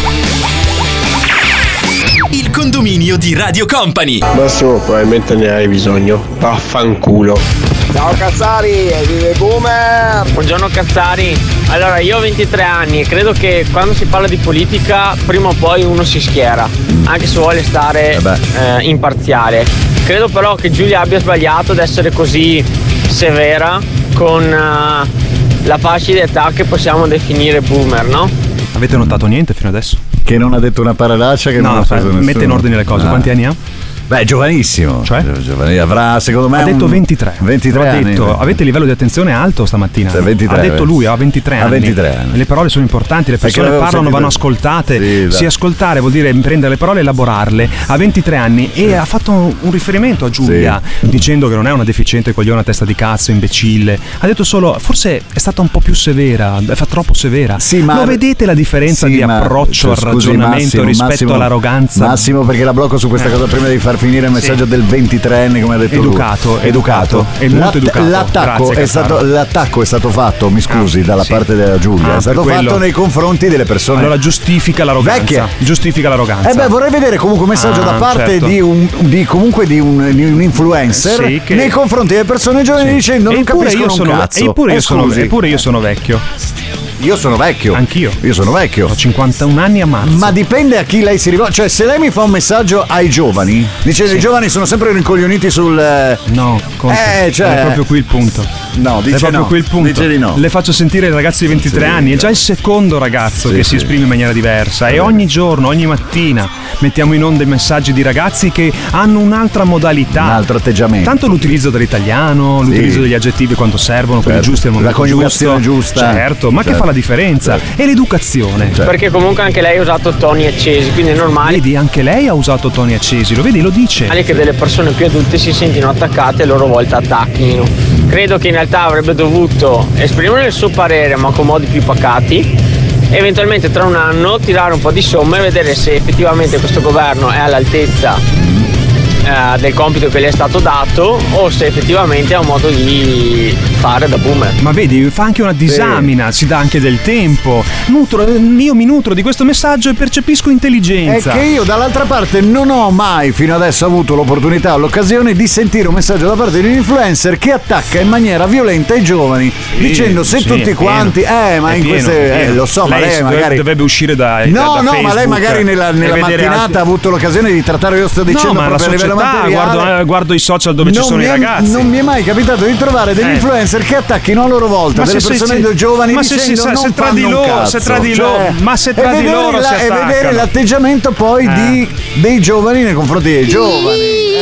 Il condominio di Radio Company. Massimo, probabilmente ne hai bisogno. Vaffanculo. Ciao Cazzari, vive Boomer! Buongiorno Cazzari, allora io ho ventitré anni e credo che quando si parla di politica prima o poi uno si schiera, anche se vuole stare eh, imparziale. Credo però che Giulia abbia sbagliato ad essere così severa con eh, la fascia di età che possiamo definire boomer, no? Avete notato niente fino adesso? Che non ha detto una parolaccia che No, non ha aspetta, preso nessuno. mette in ordine le cose. Ah. Quanti anni ha? Beh, giovanissimo. Cioè? Giovani- avrà secondo me Ha detto un- ventitré. ventitré Ha anni. detto, avete livello di attenzione alto stamattina. Sì, ventitré, ha detto lui, ha ventitré ha anni. ventitré anni. Le parole sono importanti, le Perché persone l'avevo parlano, sentito- vanno ascoltate. Sì, esatto. Sì, ascoltare vuol dire prendere le parole e elaborarle. Ha ventitré anni e ha fatto un, un riferimento a Giulia dicendo che non è una deficiente coglione a testa di cazzo, imbecille. Ha detto solo, forse è stata un po' più severa, è fa troppo severa. Sì, ma- Lo vedete la differenza Sì, di ma- approccio cioè, al scusi, ragionamento Massimo, rispetto Massimo- all'arroganza? Massimo, perché la blocco su questa Eh. cosa prima di far finire il messaggio del ventitreenne, come ha detto Educato, lui. educato, è molto L'att- educato. L'attacco, Grazie, è stato, Cazzaro. l'attacco è stato fatto, mi scusi, Ah, dalla sì. parte della Giulia. Ah, è stato per fatto quello. nei confronti delle persone. Allora giustifica l'arroganza. Vecchie. Giustifica l'arroganza. Eh beh, vorrei vedere comunque un messaggio Ah, da parte certo. di un di comunque di un, di un influencer Sì, che- nei confronti delle persone giovani dicendo non Eppure capiscono io un sono, cazzo. eppure, io Eh, sono, scusi. eppure io sono vecchio. Io sono vecchio. Anch'io. Io sono vecchio. Ho cinquantuno anni a marzo. Ma dipende a chi lei si rivolge. Cioè, se lei mi fa un messaggio ai giovani, dicendo Sì. i giovani sono sempre rincoglioniti sul. eh, No, Conte, Eh, cioè- è proprio qui il punto. No, dice è proprio no. qui il punto. Dice di no. Le faccio sentire il ragazzo di ventitré Sì, anni, è già il secondo ragazzo Sì, che sì. si esprime in maniera diversa e ogni giorno, ogni mattina mettiamo in onda i messaggi di ragazzi che hanno un'altra modalità. Un altro atteggiamento. Tanto l'utilizzo dell'italiano, l'utilizzo degli aggettivi quando servono, quelli Certo. giusti al La momento coniugazione giusto. giusta. Certo, ma che Certo. fa la differenza? E l'educazione. Perché comunque anche lei ha usato toni accesi, quindi è normale Vedi, anche lei ha usato toni accesi, lo vedi, lo dice. che delle persone più adulte si sentino attaccate e a loro volta attacchino. Credo che in realtà avrebbe dovuto esprimere il suo parere ma con modi più pacati, eventualmente tra un anno tirare un po' di somme e vedere se effettivamente questo governo è all'altezza eh, del compito che le è stato dato o se effettivamente ha un modo di fare da boomer. Ma vedi, fa anche una disamina, si dà anche del tempo. Nutro, io mi nutro di questo messaggio e percepisco È intelligenza. che io dall'altra parte non ho mai fino adesso avuto l'opportunità o l'occasione di sentire un messaggio da parte di un influencer che attacca in maniera violenta i giovani, dicendo se sì, tutti è quanti pieno. eh ma È in pieno, queste è eh, pieno. lo so, ma lei si dovrebbe- magari dovrebbe uscire da No, da- da no, ma Facebook lei magari nella, e nella vedere mattinata altri- ha avuto l'occasione di trattare, io sto dicendo No, ma la proprio a livello società, materiale. guardo, eh, guardo i social dove ci Non sono mi i è- ragazzi. Non mi è mai capitato di trovare degli Eh. influencer che attacchino a loro volta Ma delle se- persone se- giovani ma se dicendo si sa- non se tra fanno di un loro- cazzo. se tra di loro- Cioè, ma se e tra di vedere loro la- si e vedere attaccano. l'atteggiamento poi Eh. di, dei giovani nei confronti dei giovani.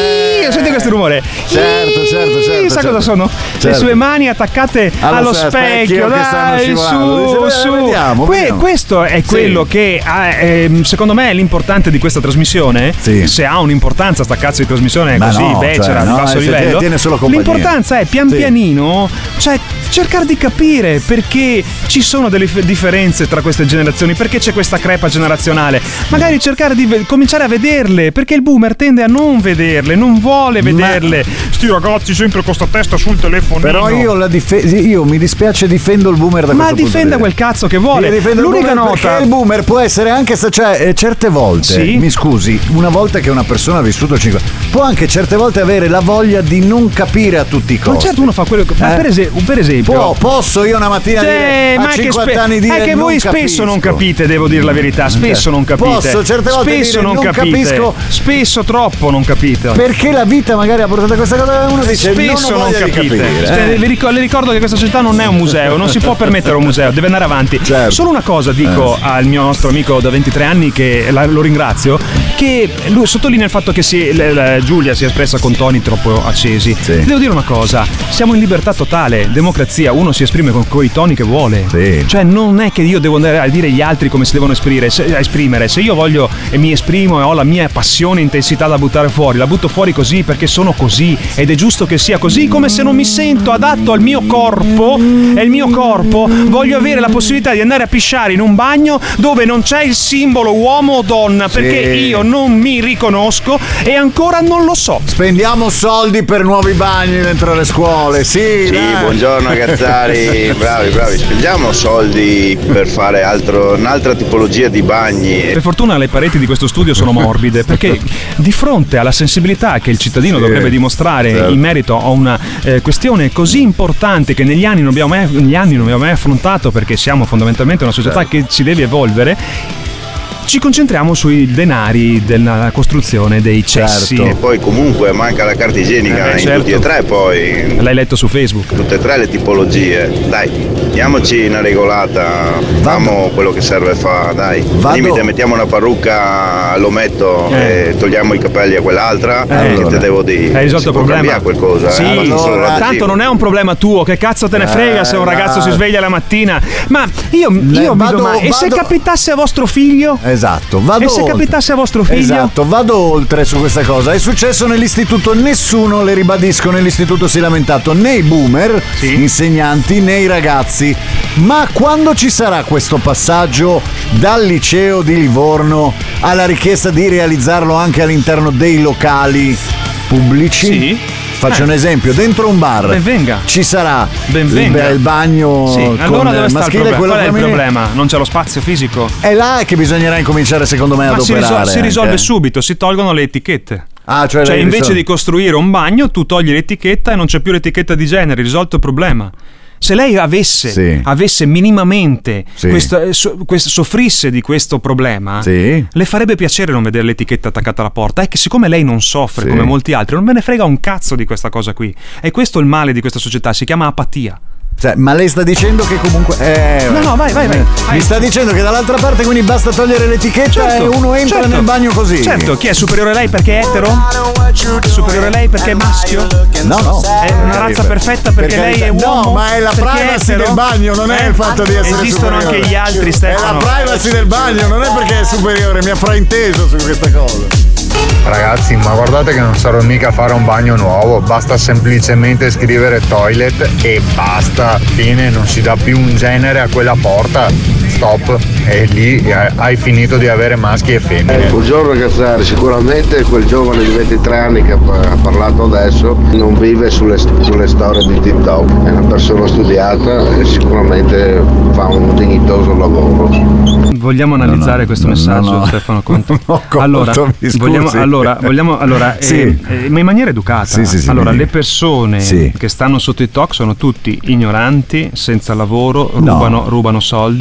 senti, senti questo rumore. Certo, certo, certo. Sa certo. cosa sono? Certo. Le sue mani attaccate Allo allo specchio specchio. che stanno Dai, scivolando. su, Dice, su. vediamo, Que- vediamo. questo è quello Sì. che ha, ehm, secondo me è l'importante di questa trasmissione. Sì. Se ha un'importanza sta cazzo di trasmissione Ma così no, becera, cioè, di no, basso eh, se livello. tiene solo compagnia. L'importanza è pian Sì. pianino, cioè cercare di capire perché ci sono delle f- differenze tra queste generazioni, perché c'è questa crepa generazionale. Magari cercare di ve- cominciare a vederle, perché il boomer tende a non vederle, non vuole vederle. Sti ragazzi sempre con sta testa sul telefonino. Però io, la dif- io mi dispiace, difendo il boomer da Ma questo punto difenda di quel vista. cazzo che vuole. Io difendo il L'unica boomer nota. perché il boomer può essere anche se- cioè eh, certe volte Sì. mi scusi, una volta che una persona ha vissuto cinque può anche certe volte avere la voglia di non capire a tutti i costi. Ma certo uno fa quello che. Ma Eh? per, ese- per esempio. Può- posso io una mattina Cioè, dire ma a è che cinquanta spe- anni dire è che non voi capisco. spesso non capite, devo dire la verità. Spesso non capite. Posso certe volte spesso dire non, non capite. capisco Spesso troppo non capite. perché la vita magari ha portato a questa cosa e uno dice Spesso non, ho non voglia di capite. capire, Cioè, eh. vi ric- le ricordo che questa società non è un museo, non si può permettere un museo, deve andare avanti. Certo. Solo una cosa dico Eh. al mio nostro amico da ventitré anni, che la- lo ringrazio, che lui sottolinea il fatto che si, la- la- Giulia si è espressa con toni troppo accesi. Sì. Devo dire una cosa, siamo in libertà totale, democrazia, uno si esprime con quei toni che vuole. Sì. Cioè non è che io devo andare a dire agli altri come si devono esprimere, se, a esprimere. Se io voglio e mi esprimo e ho la mia passione e intensità da buttare fuori, la butto fuori così perché sono così ed è giusto che sia così, come se non mi sento adatto al mio corpo e il mio corpo voglio avere la possibilità di andare a pisciare in un bagno dove non c'è il simbolo uomo o donna, perché Sì. io non mi riconosco e ancora non lo so. Spendiamo soldi per nuovi bagni dentro le scuole, sì. Sì, dai. buongiorno ragazzari, bravi, bravi, spendiamo soldi per fare altro, un'altra tipologia di bagni. Per fortuna le pareti di questo studio sono morbide, perché di fronte alla sensibilità che il cittadino Sì, dovrebbe dimostrare certo. in merito a una eh, questione così importante che negli anni non abbiamo mai, negli anni non abbiamo mai affrontato, perché siamo fondamentalmente una società Certo. che si deve evolvere, ci concentriamo sui denari della costruzione dei cessi. E poi comunque manca la carta igienica Eh, in certo. tutti e tre, poi L'hai letto su Facebook? tutte e tre le tipologie. Dai, diamoci una regolata, facciamo quello che serve fa, dai. Vado. Limite, mettiamo una parrucca all'ometto Eh. e togliamo i capelli a quell'altra. Eh, che allora. te devo dire? Hai risolto Si il può problema? cambiare qualcosa, Sì, eh? Basta solo allora, l'attimo. tanto non è un problema tuo, che cazzo te ne frega se un Eh, ragazzo dai. si sveglia la mattina. Ma io, io mi vado- domando, e se vado- capitasse a vostro figlio? Esatto, vado E se oltre. capitasse a vostro figlio? Esatto, vado oltre su questa cosa. È successo nell'istituto, nessuno, le ribadisco, nell'istituto si è lamentato, né i boomer, Sì. insegnanti, né i ragazzi. Ma quando ci sarà questo passaggio dal liceo di Livorno alla richiesta di realizzarlo anche all'interno dei locali pubblici? Sì. Faccio Eh. un esempio, dentro un bar Ben venga. ci sarà Ben il, venga. il bagno Sì, con allora dove sta il maschile, problema? quello Qual è il femminile. problema? Non c'è lo spazio fisico? È là che bisognerà incominciare secondo me ad Ma si, operare. risol- si risolve anche. subito, si tolgono le etichette. Ah, cioè, Cioè lei invece risol- di costruire un bagno tu togli l'etichetta e non c'è più l'etichetta di genere, risolto il problema. Se lei avesse, Sì. avesse minimamente Sì. questo, eh, so- questo- soffrisse di questo problema, Sì. le farebbe piacere non vedere l'etichetta attaccata alla porta. È che siccome lei non soffre Sì. come molti altri, non me ne frega un cazzo di questa cosa qui. E questo è il male di questa società, si chiama apatia. Cioè, ma lei sta dicendo che comunque. Eh, No, no, vai, vai, vai. Mi Vai. sta dicendo che dall'altra parte quindi basta togliere l'etichetta Certo, e uno entra certo. nel bagno così. Certo, chi è superiore a lei perché è etero? Superiore a lei perché è maschio? No, no. È una razza perfetta perché, Per lei è carità. uomo? No, ma è la Perché privacy etero? del bagno, non è Eh? il fatto di essere Esistono superiore. anche gli altri, È Stefano. la privacy del bagno, non è perché è superiore, mi ha frainteso su questa cosa. Ragazzi, ma guardate che non sarò mica a fare un bagno nuovo, basta semplicemente scrivere toilet e basta, fine, non si dà più un genere a quella porta, stop, e lì hai finito di avere maschi e femmine. Buongiorno ragazzari, sicuramente quel giovane di ventitré anni che ha parlato adesso non vive sulle, sulle storie di TikTok, è una persona studiata e sicuramente fa un dignitoso lavoro. Vogliamo analizzare No, no, questo no, messaggio, no, no. Stefano Conte? No, Conte, allora, mi scusi. vogliamo, allora, vogliamo, allora Sì. eh, eh, ma in maniera educata. Sì, sì, sì, allora, mi le dica. persone Sì. che stanno su TikTok sono tutti ignoranti, senza lavoro, No. rubano, rubano soldi. No. In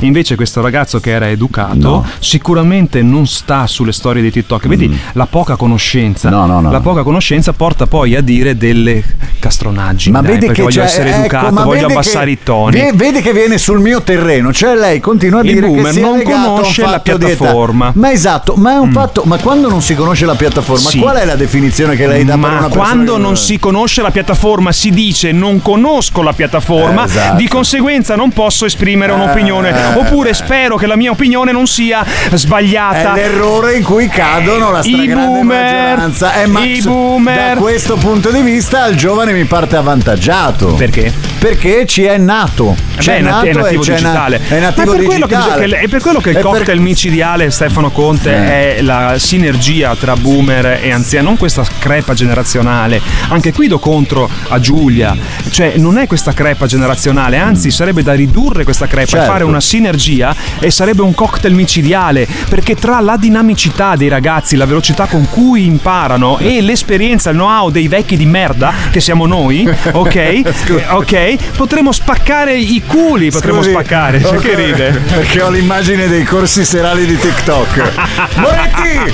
Invece questo ragazzo che era educato No. sicuramente non sta sulle storie di TikTok. Vedi, la poca conoscenza No, no, no. la poca conoscenza porta poi a dire delle castronaggini. Ma dai, vede perché che voglio c'è- essere ecco, educato, ma voglio vede abbassare che- i toni. ve- Vede che viene sul mio terreno, cioè lei continua a Il dire boomer che si è non legato a un conosce la fatto di età. piattaforma. Ma esatto, ma è un fatto. Ma quando non si conosce la piattaforma, Sì. qual è la definizione che lei dà per Ma una persona? quando che- non si conosce la piattaforma si dice non conosco la piattaforma, Eh, esatto. di conseguenza non posso esprimere un'opinione, Eh. oppure spero che la mia opinione non sia sbagliata. È l'errore in cui cadono la I stragrande boomer, maggioranza. Eh, ma i s- boomer. Da questo punto di vista il giovane mi parte avvantaggiato. Perché? Perché ci è nato. Eh Ci beh, è nat- è nato e nativo c'è na- digitale. È nativo Ma è per quello che digitale. bisogna- che- è per quello che il È per- cocktail micidiale Stefano Conte Eh. è la sinergia tra boomer e anziani, non questa crepa generazionale. Anche qui do contro a Giulia, cioè non è questa crepa generazionale, anzi sarebbe da ridurre questa crepa Certo. e fare una sinergia, e sarebbe un cocktail micidiale, perché tra la dinamicità dei ragazzi, la velocità con cui imparano e l'esperienza, il know-how dei vecchi di merda che siamo noi, ok? Ok? Potremmo spaccare i culi, potremmo Scusi, spaccare. ok, Che ride? Perché ho l'immagine dei corsi serali di TikTok. Moretti!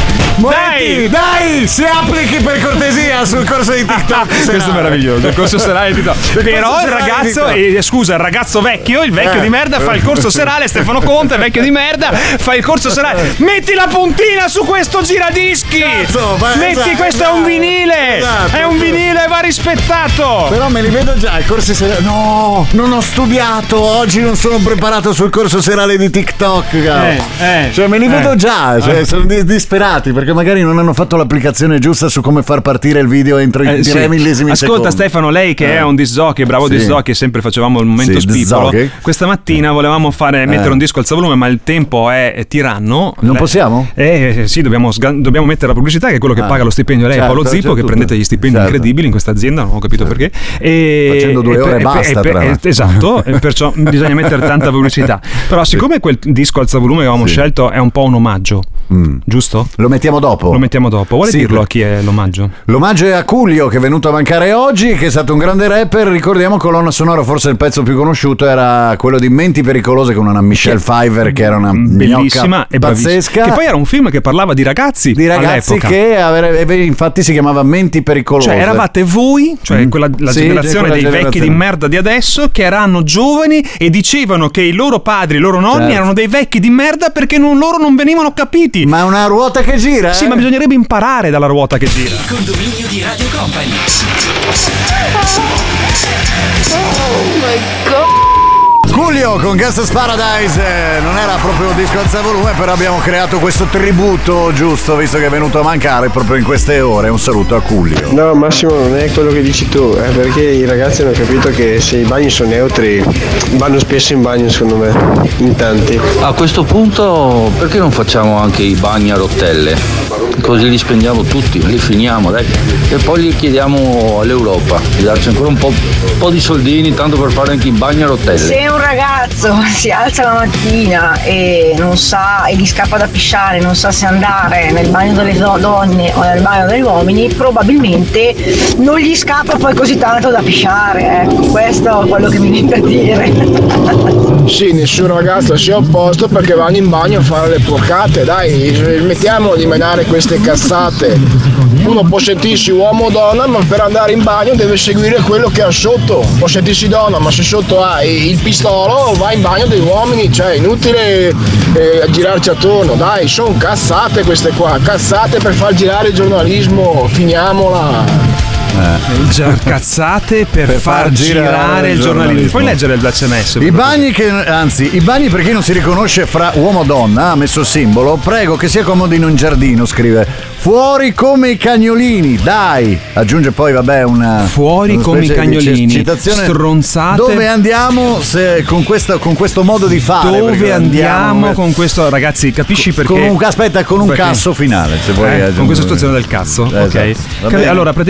Moretti, dai, si applichi per cortesia sul corso di TikTok. Questo è meraviglioso, il corso serale di TikTok. Però il serale di ragazzo, TikTok. eh, scusa, il ragazzo vecchio, il vecchio Eh. di merda fa il corso serale, Stefano Conte, vecchio di merda, fa il corso serale. Metti la puntina su questo giradischi! Cazzo, ma- Metti, esatto, questo è un vinile! esatto. È un vinile e va rispettato! Però me li vedo già, i corsi serali. No, non ho studiato, oggi non sono preparato sul corso serale di TikTok. caro. Eh, eh, cioè, me li eh. vedo già, cioè, Eh. sono dis- disperati perché magari non hanno fatto l'applicazione giusta su come far partire il video entro i Eh, sì. tre millesimi Ascolta secondo. Stefano, lei che Eh. è un disc jockey, bravo Sì. disc jockey, sempre facevamo il momento Sì, spicolo. disc jockey. Questa mattina volevamo fare mettere Eh. un disco alza volume, ma il tempo è, è tiranno. Non Lei- possiamo? Eh sì, dobbiamo, sga- dobbiamo mettere la pubblicità, che è quello che Ah. paga lo stipendio. Lei Certo, è Paolo c'è Zippo, che tutto. prendete gli stipendi Certo. incredibili in questa azienda, non ho capito perché. E, Facendo due e ore per- basta, e per- tra e- l'altro. Esatto, e perciò bisogna mettere tanta pubblicità. Però siccome quel disco alza volume che avevamo Sì. scelto è un po' un omaggio, Mm. giusto? Lo mettiamo dopo? Lo mettiamo dopo. Vuole Sì, dirlo per- a chi è l'omaggio? L'omaggio è a Coolio, che è venuto a mancare oggi, che è stato un grande rapper. Ricordiamo, colonna sonora, forse il pezzo più conosciuuto era quello di Menti Pericolose con una Michelle Pfeiffer che era una Bellissima gnocca e bravissima. pazzesca. Che poi era un film che parlava di ragazzi, di ragazzi all'epoca. che avere- infatti si chiamava Menti Pericolose. Cioè eravate voi, cioè Mm. quella, la Sì, generazione quella dei vecchi generazione. di merda di adesso, che erano giovani e dicevano che i loro padri, i loro nonni Certo. erano dei vecchi di merda perché non, loro non venivano capiti. Ma è una ruota che gira, Sì, eh? ma bisognerebbe imparare dalla ruota che gira. Il condominio di Radio Company. Coolio con Gangsta's Paradise. eh, Non era proprio un disco alza volume, però abbiamo creato questo tributo giusto, visto che è venuto a mancare proprio in queste ore. Un saluto a Coolio. No, Massimo, non è quello che dici tu, è perché i ragazzi hanno capito che se i bagni sono neutri vanno spesso in bagno, secondo me, in tanti. A questo punto perché non facciamo anche i bagni a rotelle? Così li spendiamo tutti, li finiamo, dai. E poi li chiediamo all'Europa di darci ancora un po', un po' di soldini, tanto per fare anche i bagni a rotelle. Se un ragazzo si alza la mattina e non sa e gli scappa da pisciare, non sa se andare nel bagno delle do- donne o nel bagno degli uomini, probabilmente non gli scappa poi così tanto da pisciare, ecco, questo è quello che mi viene da dire. Sì, nessun ragazzo si è opposto perché vanno in bagno a fare le porcate, dai, smettiamo di menare queste cazzate. Uno può sentirsi uomo o donna, ma per andare in bagno deve seguire quello che ha sotto. Può sentirsi donna, ma se sotto ha il pistolo va in bagno degli uomini, cioè è inutile eh, girarci attorno, dai, sono cazzate queste qua, cazzate per far girare il giornalismo, finiamola. Eh. Già, cazzate per, Per far, far girare, girare il il giornalismo. giornalismo. Puoi leggere il S M S? I bagni che, anzi, i bagni per chi non si riconosce fra uomo e donna, ha messo il simbolo, prego che si accomodino in giardino, scrive. Fuori come i cagnolini, dai! Aggiunge poi, vabbè, una. Fuori una come i specie di cagnolini, citazione. stronzate. Dove andiamo se, con, questa, con questo modo di fare? Dove Perché andiamo con questo, ragazzi, capisci perché? Con un, aspetta, con un Perché? casso finale, se vuoi. Eh, aggiungere. con questa situazione del cazzo, Eh, ok. esatto. Va Cap- bene. Allora, prati- riassunto.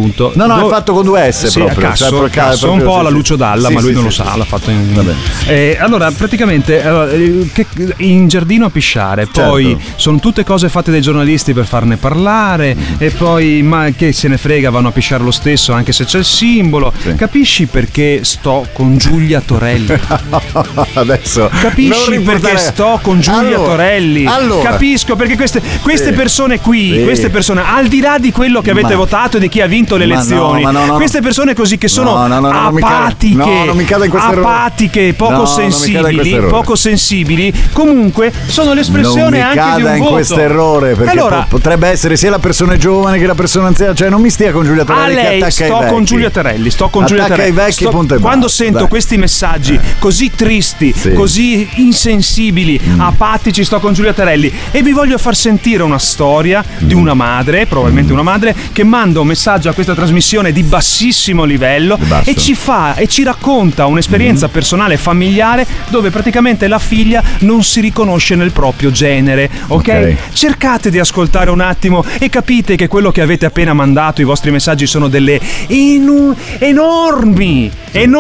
appunto. No, no, dove... è fatto con due S sì, proprio. A Casso, cioè, a Casso, un po' sì, alla sì. Lucio Dalla, Sì, ma lui sì, non sì, lo sa, sì. l'ha fatto in... Eh, allora, praticamente eh, che, in giardino a pisciare, poi Certo. sono tutte cose fatte dai giornalisti per farne parlare, e poi ma che se ne frega, vanno a pisciare lo stesso anche se c'è il simbolo. Sì. Capisci perché sto con Giulia Torelli? Adesso Capisci non riportare- perché sto con Giulia Allora, Torelli? allora. Capisco perché queste, queste Sì. persone qui, Sì. queste persone, al di là di quello che avete Ma- votato e di chi ha vinto le Ma no, elezioni, ma no, no, queste persone così che sono No, no, no, no, non mi cade- apatiche, no, non mi cade in questo errore. apatiche, poco No, non mi cade in questo sensibili, errore. poco sensibili, comunque sono l'espressione non mi anche cada di un in voto. questo errore, perché allora, po- potrebbe essere sia la persona giovane che la persona anziana, cioè non mi stia con Giulia a Torelli che lei attacca sto ai vecchi. con Giulia Torelli, sto con Giulia Attacca Torelli. ai vecchi, Sto- punto e quando basta, sento dai. questi messaggi così tristi, Sì. così insensibili, Mm. apatici, sto con Giulia Torelli, e vi voglio far sentire una storia di Mm. una madre, probabilmente una madre, che manda un messaggio a questa trasmissione di bassissimo livello basso. e ci fa e ci racconta un'esperienza Mm. personale e familiare dove praticamente la figlia non si riconosce nel proprio genere, ok? Ok. Cercate di ascoltare un attimo e capite che quello che avete appena mandato, i vostri messaggi, sono delle enu- enormi,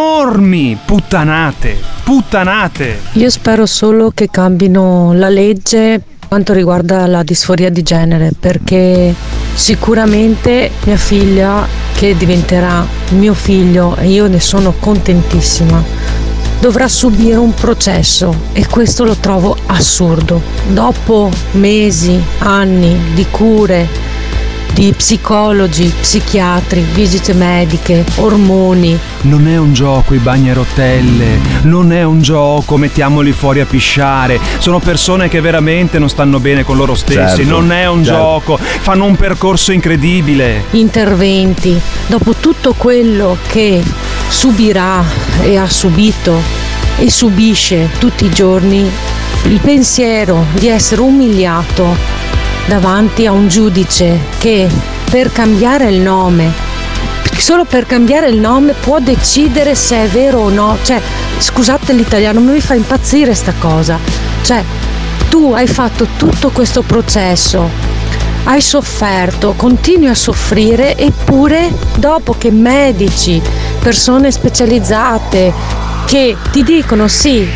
enormi puttanate, puttanate. Io spero solo che cambino la legge quanto riguarda la disforia di genere, perché sicuramente mia figlia, che diventerà mio figlio, e io ne sono contentissima, dovrà subire un processo, e questo lo trovo assurdo. Dopo mesi, anni di cure, di psicologi, psichiatri, visite mediche, ormoni. Non è un gioco i bagni a rotelle, non è un gioco mettiamoli fuori a pisciare, sono persone che veramente non stanno bene con loro stessi, Certo, non è un certo. gioco, fanno un percorso incredibile. Interventi, dopo tutto quello che subirà e ha subito e subisce tutti i giorni, il pensiero di essere umiliato davanti a un giudice che per cambiare il nome, solo per cambiare il nome, può decidere se è vero o no. Cioè, scusate l'italiano, ma mi fa impazzire sta cosa. Cioè, tu hai fatto tutto questo processo, hai sofferto, continui a soffrire, eppure dopo che medici, persone specializzate che ti dicono sì,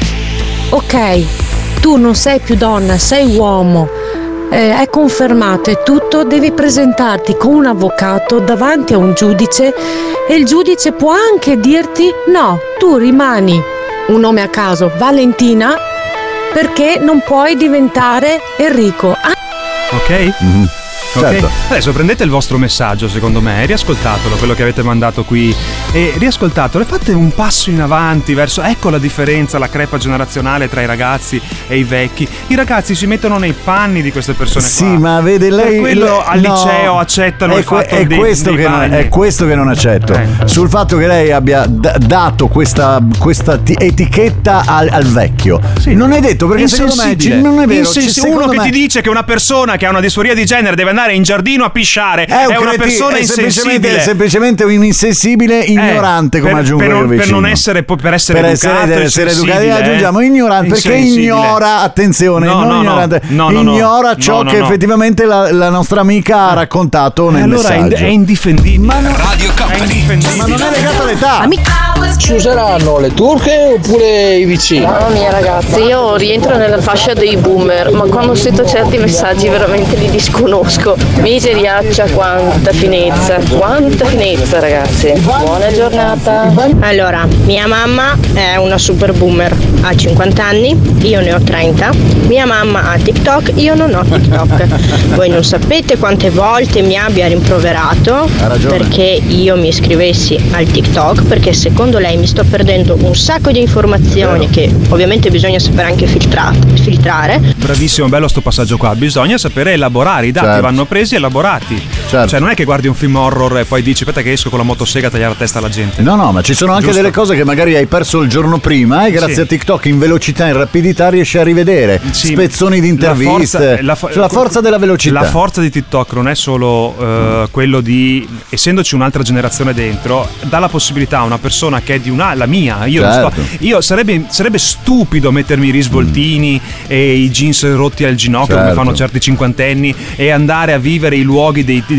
ok, tu non sei più donna, sei uomo, eh, è confermato e tutto, devi presentarti con un avvocato davanti a un giudice, e il giudice può anche dirti no, tu rimani, un nome a caso, Valentina, perché non puoi diventare Enrico. Ah. Ok? Mm-hmm. Ok? Certo. Adesso prendete il vostro messaggio, secondo me, riascoltatelo, quello che avete mandato qui, e riascoltatelo e fate un passo in avanti verso, ecco la differenza, la crepa generazionale tra i ragazzi e i vecchi. I ragazzi si mettono nei panni di queste persone Sì, qua. ma vede lei. Per quello lei- al no, liceo accettano è il que- fatto è dei, questo dei che non, bagni. è questo che non accetto. Eh. Sul fatto che lei abbia d- dato questa, questa ti- etichetta al, al vecchio. Non è detto, perché secondo me ci- Insensibile. non è vero. Insensi- ci- uno secondo che me- ti dice che una persona che ha una disforia di genere deve andare in giardino a pisciare È, un è una creti- persona è semplicemente, insensibile. è semplicemente un insensibile ignorante, Eh, come per- aggiungo per non- io per vicino. non essere per essere per educato, essere, deve essere educati, insensibile, aggiungiamo eh. ignorante, perché Insensibile. ignora, attenzione, No, non no, no. ignorante, No, no, no. ignora ciò No, no, che no. effettivamente la, la nostra amica ha raccontato E nel allora è, ind- messaggio. è indifendibile. Ma no- Radio Company. ma non è legato all'età. Ci useranno le turche oppure i vicini? Mamma mia ragazzi, io rientro nella fascia dei boomer, ma quando sento certi messaggi veramente li disconosco. Miseriaccia, quanta finezza, quanta finezza ragazzi. Buona giornata. Allora, mia mamma è una super boomer, ha cinquanta anni, io ne ho trenta. Mia mamma ha TikTok, io non ho TikTok. Voi non sapete quante volte mi abbia rimproverato Ha ragione. perché io mi iscrivessi al TikTok, perché secondo lei mi sto perdendo un sacco di informazioni che ovviamente bisogna sapere anche filtra- filtrare. Bravissimo, bello sto passaggio qua. Bisogna sapere elaborare, i dati Certo. vanno presi e elaborati. Certo. Cioè non è che guardi un film horror e poi dici aspetta che esco con la motosega a tagliare la testa alla gente. No, no, ma ci sono anche Giusto. delle cose che magari hai perso il giorno prima e grazie Sì. a TikTok in velocità, in rapidità riesci a rivedere Sì, spezzoni di la interviste. forza- la fo- Cioè, la forza della velocità. La forza di TikTok non è solo eh, quello di, essendoci un'altra generazione dentro, dà la possibilità a una persona che è di una, la mia, io, non Certo. sto, io sarebbe, sarebbe stupido mettermi i risvoltini e i jeans rotti al ginocchio come Certo. fanno certi cinquantenni e andare a vivere i luoghi dei, dei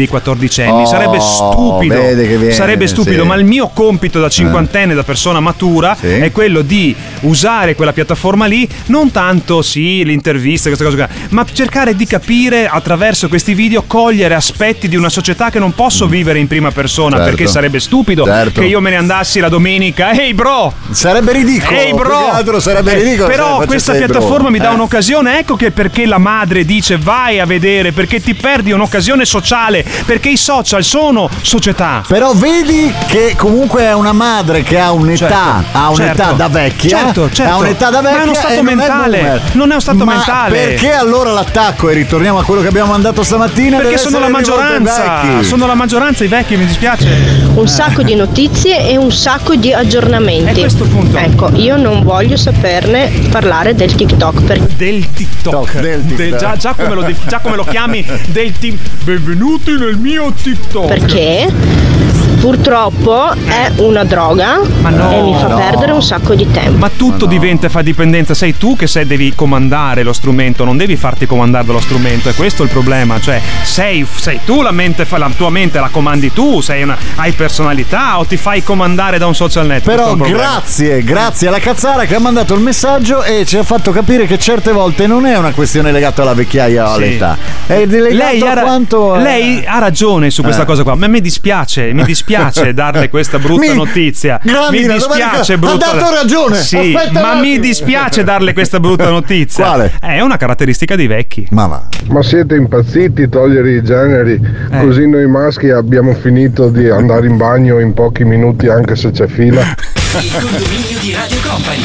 di quattordicenni. Oh, sarebbe stupido. vede che viene, sarebbe stupido, sì. ma il mio compito da cinquantenne, da persona matura, Sì. è quello di usare quella piattaforma lì, non tanto sì, le interviste, queste cose qua, ma cercare di capire attraverso questi video, cogliere aspetti di una società che non posso vivere in prima persona, Certo. perché sarebbe stupido Certo. che io me ne andassi la domenica. Ehi bro! Sarebbe ridicolo. Ehi più bro! che altro sarebbe Eh, ridicolo. se però facesse questa il bro. piattaforma mi dà Eh. un'occasione, ecco che perché la madre dice vai a vedere, perché ti perdi un'occasione sociale, perché i social sono società. Però vedi che comunque è una madre che ha un'età, Certo, ha un'età certo. da vecchia, Certo, certo. ha un'età da vecchia. Ma è uno stato e non è mentale. boomer. Non è uno stato Ma mentale. Perché allora l'attacco? E ritorniamo a quello che abbiamo mandato stamattina. Perché deve sono la essere rivolto ai maggioranza, vecchi. sono la maggioranza, i vecchi, mi dispiace. Un sacco di notizie e un sacco di aggiornamenti. È questo il punto. Ecco, io non voglio saperne parlare del TikTok perché Del TikTok, del TikTok. De- già, già, come lo, def- già come lo chiami del team. Benvenuti nel mio TikTok. perché purtroppo è una droga no, e mi fa no. perdere un sacco di tempo. Ma tutto diventa fa dipendenza, sei tu che sei, devi comandare lo strumento, non devi farti comandare dallo strumento, è questo il problema, cioè sei, sei tu la mente, fa- la tua mente la comandi tu, sei una, hai personalità o ti fai comandare da un social network. Però questo è un problema. grazie, grazie alla Cazzara che ha mandato il messaggio e ci ha fatto capire che certe volte non è una questione legata alla vecchiaia o Sì. all'età. È legato Lei, a ha, ra- quanto lei ha ragione su questa Eh. cosa qua, ma mi dispiace, mi dispiace darle questa brutta Mi- notizia. Grandina, mi dispiace domenica- ha brutta. dato ragione. Sì, Aspetta un ma attimo. mi dispiace darle questa brutta notizia. Quale? È una caratteristica dei vecchi. Ma va. Ma siete impazziti togliere i generi? Eh. Così noi maschi abbiamo finito di andare in bagno in pochi minuti anche se c'è fila. Il condominio di Radio Company.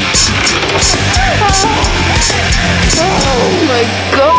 Oh my god!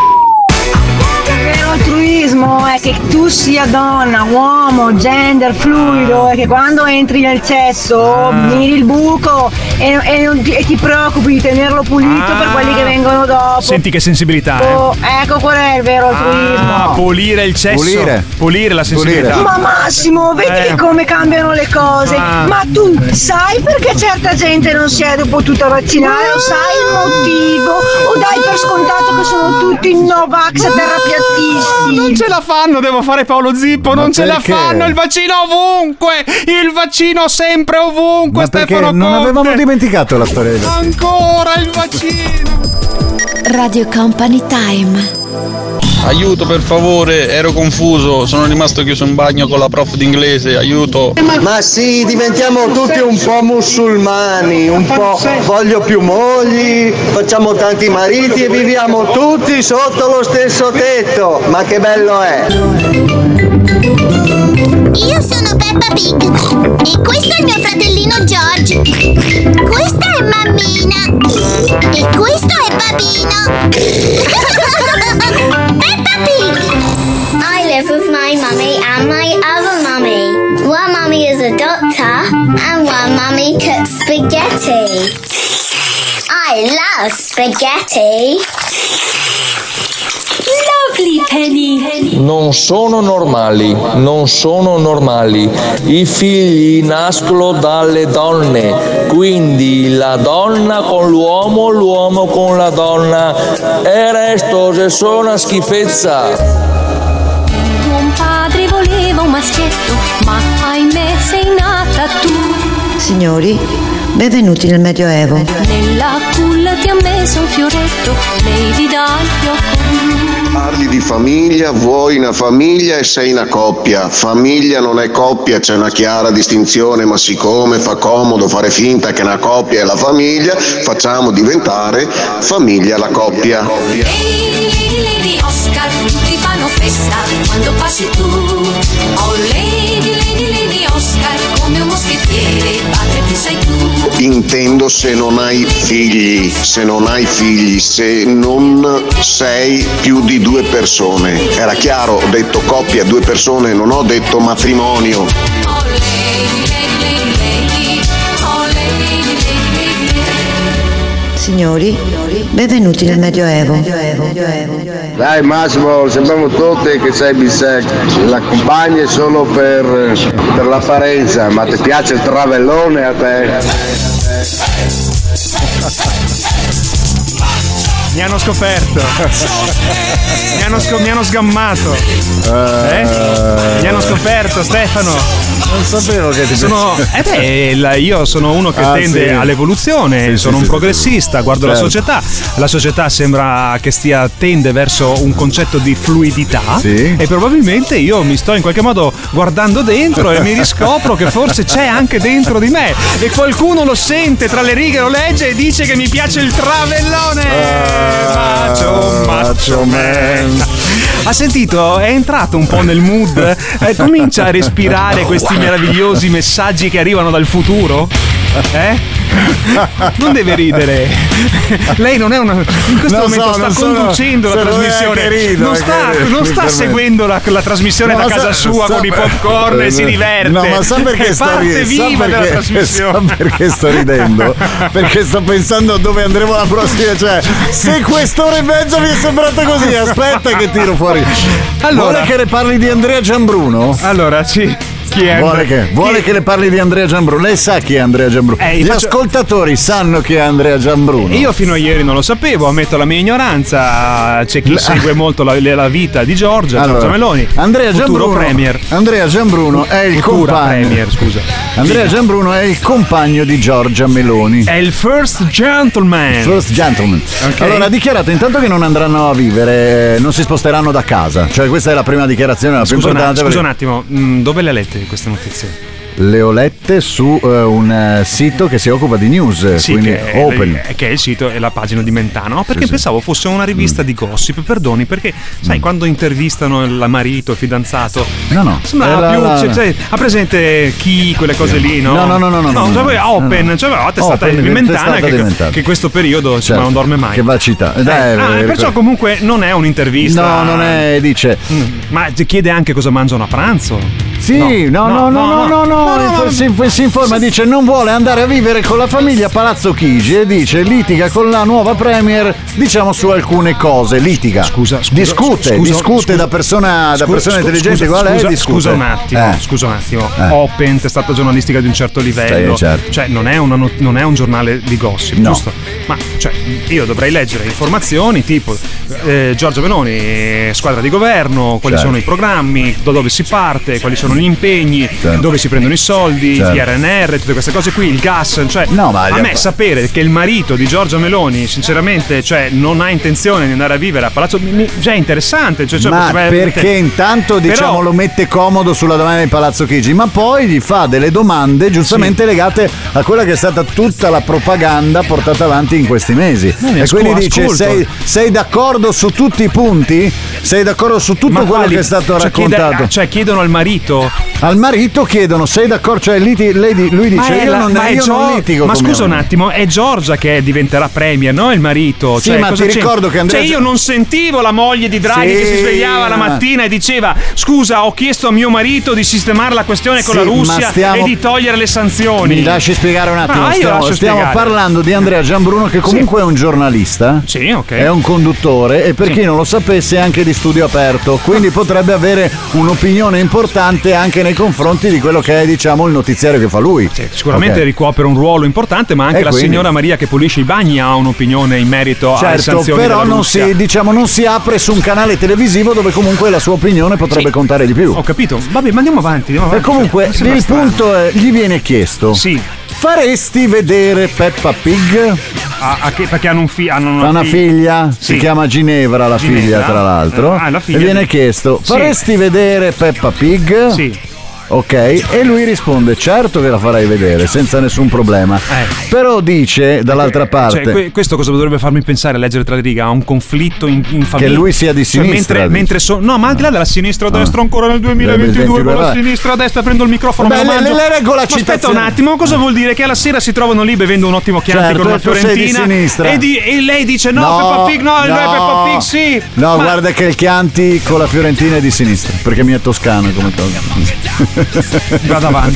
Il vero altruismo è che tu sia donna, uomo, gender fluido e che quando entri nel cesso miri il buco e, e non ti, e ti preoccupi di tenerlo pulito per quelli che vengono dopo. Senti che sensibilità, eh. Oh, ecco qual è il vero altruismo. Ah, pulire il cesso. Pulire. Pulire la sensibilità. Ma Massimo, vedi Eh. come cambiano le cose. Ah. Ma tu sai perché certa gente non si è potuta vaccinare? O sai il motivo? O dai per scontato che sono tutti Novax terrapiattisti? Non ce la fanno, devo fare Paolo Zippo, Ma non ce la perché? fanno, il vaccino ovunque, il vaccino sempre ovunque, Ma perché Stefano non Conte. avevamo dimenticato la storia del Ancora il vaccino. Radio Company Time. Aiuto per favore, ero confuso, sono rimasto chiuso in bagno con la prof d'inglese, aiuto. Ma sì, diventiamo tutti un po' musulmani, un po' voglio più mogli, facciamo tanti mariti e viviamo tutti sotto lo stesso tetto. Ma che bello è! Io sono Peppa Pig e questo è il mio fratellino George. Questa è Mammina e questo è Papino. Peppa Pig! I live with my mummy and my other mummy. One mummy is a doctor and one mummy cooks spaghetti. I love spaghetti. Lovely Penny. Non sono normali, non sono normali. I figli nascono dalle donne, quindi la donna con l'uomo, l'uomo con la donna. E il resto se sono una schifezza. Buon padre voleva un maschietto, ma ahimè sei nata tu. Signori, benvenuti nel Medioevo. Nella culla ti ha messo un fioretto, Lady dal fiocco blu. Parli di famiglia, vuoi una famiglia e sei una coppia. Famiglia non è coppia, c'è una chiara distinzione, ma siccome fa comodo fare finta che una coppia è la famiglia, facciamo diventare famiglia la coppia. Lady, Lady, Lady Oscar, tutti fanno festa quando passi tu. Oh Lady, Lady, Lady Oscar, come un moschettiere, padre tu sei tu. Intendo se non hai figli, se non hai figli, se non sei più di due persone. Era chiaro, ho detto coppia, due persone, non ho detto matrimonio. Oh Lady, Lady, Lady, oh Lady, Lady, Lady. Signori, benvenuti nel Medioevo. Dai Massimo, sembriamo tutti che sei bisecco. La compagna è solo per, per l'apparenza, ma ti piace il travellone a te? Mi hanno scoperto. mi, hanno sco- mi hanno sgammato. Eh? Mi hanno scoperto, Stefano. Non sapevo che ti sono. Eh beh, la- io sono uno che Ah, tende sì. all'evoluzione, Sì, sono sì, un sì, progressista, guardo Certo. la società. La società sembra che stia tende verso un concetto di fluidità. Sì. E probabilmente io mi sto in qualche modo guardando dentro e mi riscopro che forse c'è anche dentro di me. E qualcuno lo sente tra le righe, lo legge e dice che mi piace il travellone. Macho, macho man. Ha sentito? È entrato un po' nel mood? Eh, comincia a respirare questi meravigliosi messaggi che arrivano dal futuro? Eh? Non deve ridere. Lei non è una. In questo Non momento so, sta non sono- conducendo la se non è trasmissione. che rido, non è sta, che- non mi sta permette. seguendo la, la trasmissione No, da ma casa sa- sua sa- con i popcorn e si diverte. No, ma sa perché È sto parte ridendo? viva Sa della perché, trasmissione. sa perché sto ridendo? Perché sto pensando a dove andremo la prossima. Cioè, se quest'ora e mezzo mi è sembrata così, aspetta che tiro fuori. Allora- Vuole che le parli di Andrea Gianbruno? Allora, sì. Chi è? Vuole che, vuole Chi- che le parli di Andrea Gianbruno? Lei sa chi è Andrea Gianbruno? Eh, Gli faccio- ascoltatori sanno chi è Andrea Gianbruno. Io fino a ieri non lo sapevo, ammetto la mia ignoranza. C'è chi segue molto la, la vita di Giorgia, Allora, Giorgia Meloni. Andrea futuro Gianbruno, premier. Andrea Gianbruno è il Futura compagno. premier, scusa. Andrea Gianbruno è il compagno di Giorgia Meloni. È il first gentleman. First gentleman. Ok. Allora ha dichiarato intanto che non andranno a vivere, eh, non si sposteranno da casa. Cioè questa è la prima dichiarazione, la più Scusa, un, importante. scusa un perché attimo, mh, dove le ha lette queste notizie? le ho lette su eh, un eh, sito che si occupa di news, Sì, quindi che è, open. che è il sito e la pagina di Mentana. Perché Sì, sì. pensavo fosse una rivista di gossip, perdoni, perché sai, quando intervistano il marito, il fidanzato, No, no. sembrava È più. la- la- cioè, cioè, ha presente chi, quelle cose lì, no? No, no, no, no, no, no, cioè, no, Open, no. cioè, aveva testata Open, di Mentana testata che, di Mentana. che questo periodo insomma, Certo, non dorme mai. che va citato. Eh, Dai, ah, eh, perciò comunque non è un'intervista. No, non è, dice. Mm, Ma ti chiede anche cosa mangiano a pranzo? Sì, no, no, no, no, no, no, no, si, si informa, dice non vuole andare a vivere con la famiglia a Palazzo Chigi e dice litiga con la nuova premier, diciamo su alcune cose, litiga. Scusa, scusa, discute, scusa, discute scusa, da persona, da Scusa, persona scusa, intelligente scusa, qual è, scusa, discute. scusa un attimo, Eh. scusa un attimo. Eh. Open, testata giornalistica di un certo livello. Sì, certo. Cioè, non è, una not- non è un giornale di gossip, No. giusto? Ma cioè, io dovrei leggere informazioni tipo eh, Giorgia Meloni, squadra di governo, quali Certo. sono i programmi, da dove si parte, quali sono gli impegni, Certo. dove si prendono i soldi, Certo. il P R N R, tutte queste cose qui, il gas. Cioè, No, ma a gli- me sapere che il marito di Giorgia Meloni, sinceramente, cioè, non ha intenzione di andare a vivere a Palazzo. Mi, mi- già è interessante. Cioè, cioè, Ma potrebbe- perché intanto diciamo Però- lo mette comodo sulla domanda di Palazzo Chigi, ma poi gli fa delle domande giustamente legate a quella che è stata tutta la propaganda portata avanti in questi mesi. No, mi e ascol- quindi dice: ascolto. sei, sei d'accordo su tutti i punti? Sei d'accordo su tutto Ma quello quali- che è stato cioè, chiede- raccontato? cioè, chiedono al marito. Al marito chiedono: sei d'accordo? Cioè liti- lei di- lui dice: Ma è io, la- non, ma è io non Gio- litigo Ma con scusa mia un moglie. attimo, è Giorgia che diventerà premier, no? Il marito. Sì, Cioè, ma cosa ti c'è? ricordo che Andrea- Cioè, io non sentivo la moglie di Draghi Sì, che si svegliava la ma- mattina e diceva: scusa, ho chiesto a mio marito di sistemare la questione con Sì, la ma Russia stiamo- e di togliere le sanzioni. Mi lasci spiegare un attimo. Ah, io stiamo lascio stiamo spiegare. parlando di Andrea Gianbruno, che comunque è un giornalista. Sì, ok. È un conduttore e per Sì. chi non lo sapesse è anche di studio aperto, quindi potrebbe avere un'opinione importante anche nei confronti di quello che è, diciamo, il notiziario che fa lui. Sicuramente Ok. ricopre un ruolo importante, ma anche E la quindi- signora Maria che pulisce i bagni ha un'opinione in merito alle Certo, sanzioni però della non Russia. si, diciamo, non si apre su un canale televisivo dove comunque la sua opinione potrebbe Sì. contare di più. Ho capito. Vabbè, ma andiamo avanti. Andiamo E avanti. comunque Mi sembra il strano. punto è, gli viene chiesto: Sì. faresti vedere Peppa Pig? Ah, ah, che- perché hanno un fi- hanno una, Ha una fi- figlia, Sì. si chiama Ginevra la Ginevra. figlia tra l'altro, Ah, la figlia e viene di- chiesto: Sì. faresti vedere Peppa Pig? Sì. Ok, e lui risponde: certo che la farai vedere senza nessun problema. Eh. Però dice dall'altra parte Cioè, que- questo cosa dovrebbe farmi pensare a leggere tra le righe? A un conflitto in, in famiglia. che lui sia di Cioè, sinistra. mentre, dice. mentre so- no, ma al di là della sinistra o Ah. destra, ancora nel duemilaventidue, con la vabbè. sinistra a destra prendo il microfono. Beh, me lo le- mangio. le leggo la Ma aspetta citazione. un attimo, cosa vuol dire? Che alla sera si trovano lì bevendo un ottimo Chianti Certo, con una e tu sei di fiorentina sinistra. e, di- e lei dice no, Peppa Pig no, e lui è Peppa Pig sì. No, Ma- guarda che il Chianti con la Fiorentina è di sinistra, perché mi è toscano come cosa. Vado avanti.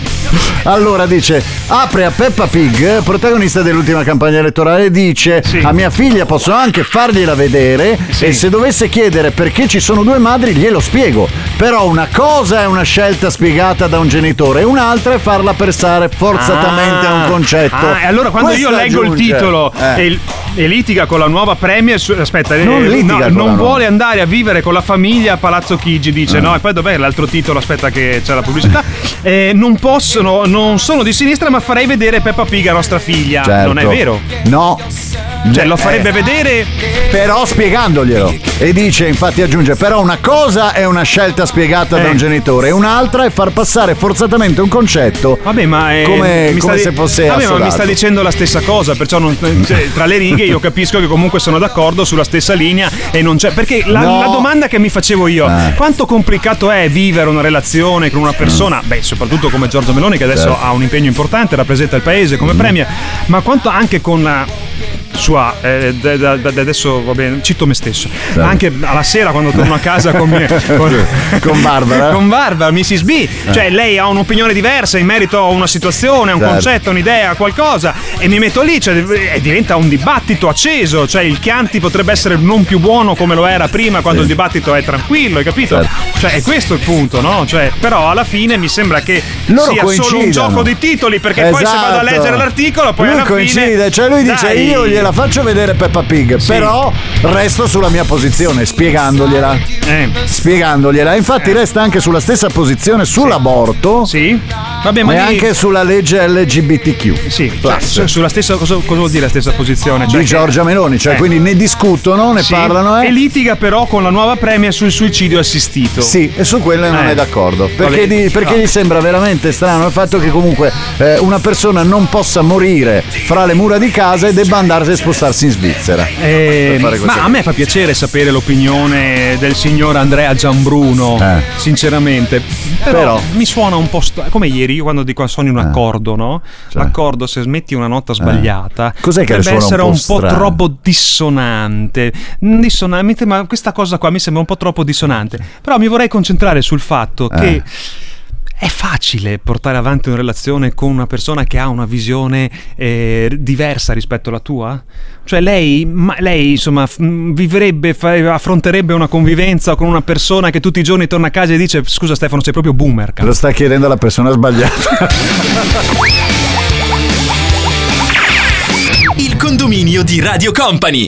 Allora dice: apre a Peppa Pig, protagonista dell'ultima campagna elettorale, dice: Sì. a mia figlia posso anche fargliela vedere, Sì. e se dovesse chiedere perché ci sono due madri glielo spiego. Però una cosa è una scelta spiegata da un genitore e un'altra è farla pensare forzatamente a un concetto. Ah, e allora quando Questo io leggo il aggiunge. titolo Eh. e, il- E litiga con la nuova premier. Su, aspetta, Non eh, litiga no, con non la vuole andare a vivere con la famiglia a Palazzo Chigi, dice. Ah. No, e poi dov'è l'altro titolo? Aspetta, che c'è la pubblicità. Eh, non possono, non sono di sinistra, ma farei vedere Peppa Pig a nostra figlia. Certo. Non è vero? No. Cioè, lo farebbe Eh. vedere. Però spiegandoglielo. E dice, infatti aggiunge, però una cosa è una scelta spiegata Eh. da un genitore e un'altra è far passare forzatamente un concetto. Vabbè, ma è, come, mi sta come di- se fosse vabbè, ma mi assodato. sta dicendo la stessa cosa, perciò non, cioè, tra le righe io capisco che comunque sono d'accordo sulla stessa linea e non c'è. Perché la, No. la domanda che mi facevo io, Eh. quanto complicato è vivere una relazione con una persona, beh, soprattutto come Giorgia Meloni, che adesso Certo. ha un impegno importante, rappresenta il paese come premier, ma quanto anche con la sua eh, da- da- da- adesso va bene, cito me stesso, anche alla sera quando torno a casa con, mie, con, Con Barbara. con Barbara, missus B, cioè lei ha un'opinione diversa in merito a una situazione, a un Certo. concetto, un'idea, a qualcosa, e mi metto lì, cioè, e diventa un dibattito acceso, cioè il Chianti potrebbe essere non più buono come lo era prima quando il dibattito è tranquillo, hai capito? Certo. Cioè è questo il punto, no? Cioè, però alla fine mi sembra che Loro sia solo un coincidono. gioco di titoli, perché poi se Esatto. vado a leggere l'articolo poi lui alla coincide, fine cioè lui dice dai. io gliela faccio vedere Peppa Pig, Sì. però resto sulla mia posizione spiegandogliela. Eh. Spiegandogliela. Infatti resta anche sulla stessa posizione sull'aborto. Sì. Vabbè, ma e lì- anche sulla legge L G B T Q. Sì, Plus. cioè, su- sulla stessa cosa, cosa vuol dire la stessa posizione? Cioè di che- Giorgia Meloni, cioè Eh. quindi ne discutono, ne Sì, parlano. Eh. e litiga però con la nuova premier sul suicidio assistito. Sì, e su quello non Eh. è d'accordo. Perché, Vabbè, di- perché no. gli sembra veramente strano il fatto che comunque eh, una persona non possa morire fra le mura di casa e debba andarsi a spostarsi in Svizzera. Eh, Per fare questa ma a me fa piacere sapere l'opinione del signor Andrea Gianbruno, Eh. sinceramente. Però, Però- mi suona un po' st- come ieri io quando dico suoni un accordo, no? L'accordo, se smetti una nota sbagliata, Cioè. Cos'è che le potrebbe suona essere un un po' po' strano? troppo dissonante. Mm, Dissonante, ma questa cosa qua mi sembra un po' troppo dissonante. Però mi vorrei concentrare sul fatto che Eh. è facile portare avanti una relazione con una persona che ha una visione eh, diversa rispetto alla tua? Cioè lei, ma lei insomma f- mh, vivrebbe, fa- affronterebbe una convivenza con una persona che tutti i giorni torna a casa e dice scusa Stefano sei proprio boomer, cazzo." Lo sta chiedendo alla persona sbagliata. Il condominio di Radio Company.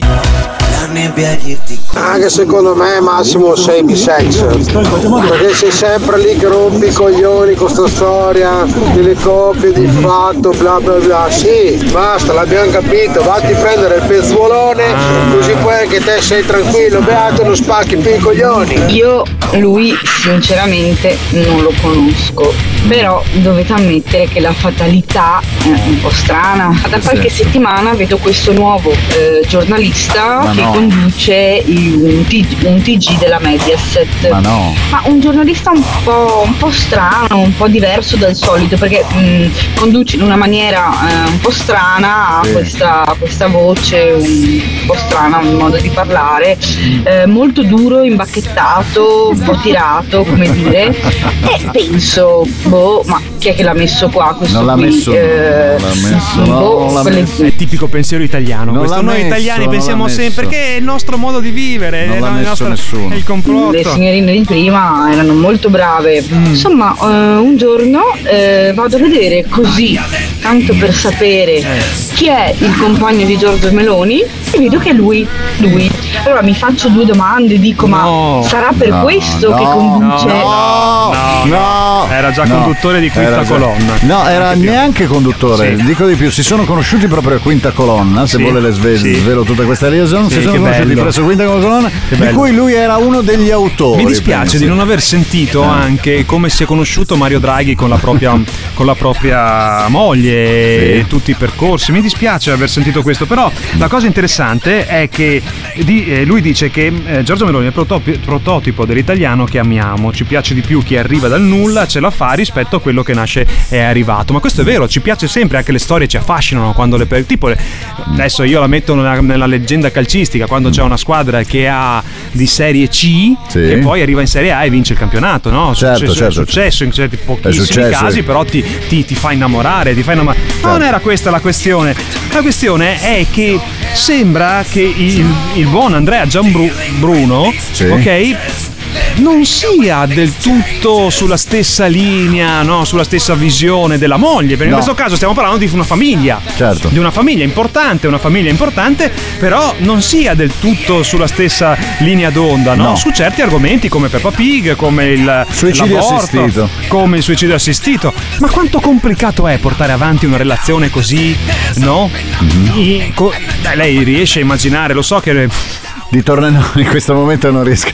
Anche secondo me massimo sei bisex, perché sei sempre lì che rompi i coglioni con sta storia delle coppie di fatto bla bla bla. Sì, basta, l'abbiamo capito, vatti a prendere il pezzuolone così poi che te sei tranquillo, beato, non spacchi più i coglioni. Io lui sinceramente non lo conosco, però dovete ammettere che la fatalità è un po' strana. Da qualche settimana vedo questo nuovo eh, giornalista Ma che no. conduce il- un, T G, un T G della Mediaset. Ma no. Ma un giornalista un po', un po' strano, un po' diverso dal solito, perché mh, conduce in una maniera eh, un po' strana, ha Sì. questa, questa voce un po' strana, un modo di parlare, eh, molto duro, imbacchettato, un po' tirato, come dire. E penso, boh, ma chi è che l'ha messo qua? Questo Non l'ha qui? messo, Eh, non l'ha messo, no, boh, non l'ha quelle- messo. È tipico pensiero italiano Non questo. l'ha Noi messo, italiani non pensiamo l'ha sempre messo. perché è il nostro modo di vivere, Non è l'ha il messo nostro- nessuno. è il complotto. Le signorine di prima erano molto brave. Insomma, eh, un giorno eh, vado a vedere così, tanto per sapere chi è il compagno di Giorgia Meloni, e vedo che è lui. Lui. Allora mi faccio due domande, dico: No. ma sarà per No, questo no, che conduce? No, No, no, era già no. conduttore di quinta Era già- colonna. No, era Anche più. neanche conduttore. Sì. Dico di più, si sono conosciuti proprio a quinta colonna. Se Sì, vuole le sve- sì. svelo tutta questa liaison. Sì, si sono che conosciuti bello. presso quinta colonna, di bello. cui lui era uno degli autori. Mi dispiace penso. di non aver sentito anche come si è conosciuto Mario Draghi con la propria, con la propria moglie Sì. e tutti i percorsi. Mi dispiace aver sentito questo, però la cosa interessante è che di- eh, lui dice che eh, Giorgia Meloni è il prototipo, prototipo dell'italiano che amiamo. Ci piace di più chi arriva dal nulla, ce la fa rispetto a quello che nasce e è arrivato. Ma questo è vero, ci piace sempre, anche le storie ci affascinano quando le per- tipo le- adesso io la metto nella, nella leggenda calcistica, quando c'è una squadra che ha di serie C Sì. e poi arriva in Serie A e vince il campionato, no? Certo, Successo- certo. È successo in certi pochissimi successo, casi, sì. però ti, ti, ti fa innamorare, ti fa innamorare. Ma non era questa la questione. La questione è che sembra che il, il buon Andrea Gianbruno, Sì. ok, non sia del tutto sulla stessa linea, no? Sulla stessa visione della moglie, perché No. in questo caso stiamo parlando di una famiglia, Certo. di una famiglia importante, una famiglia importante, però non sia del tutto sulla stessa linea d'onda, no? No. Su certi argomenti come Peppa Pig, come il Suicidio l'aborto, assistito. come il suicidio assistito. Ma quanto complicato è portare avanti una relazione così, no? Mm-hmm. I- co- beh, lei riesce a immaginare, lo so che Di tornare no, in questo momento non riesco.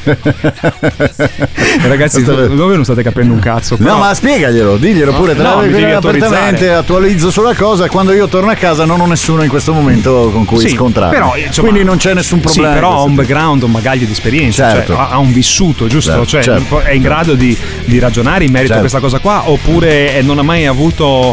ragazzi, Sto- voi non state capendo un cazzo. No, però- ma spiegaglielo, diglielo No, pure no, tra mi devi apertamente, autorizzare. attualizzo sulla cosa. Quando io torno a casa non ho nessuno in questo momento con cui Sì, scontrarmi. però, insomma, quindi non c'è nessun problema. Sì, però ha questo un tipo. background, un bagaglio di esperienza, Certo. cioè, ha ha un vissuto, giusto? Certo, Cioè, certo. è in grado di, di ragionare in merito Certo. a questa cosa qua, oppure eh, non ha mai avuto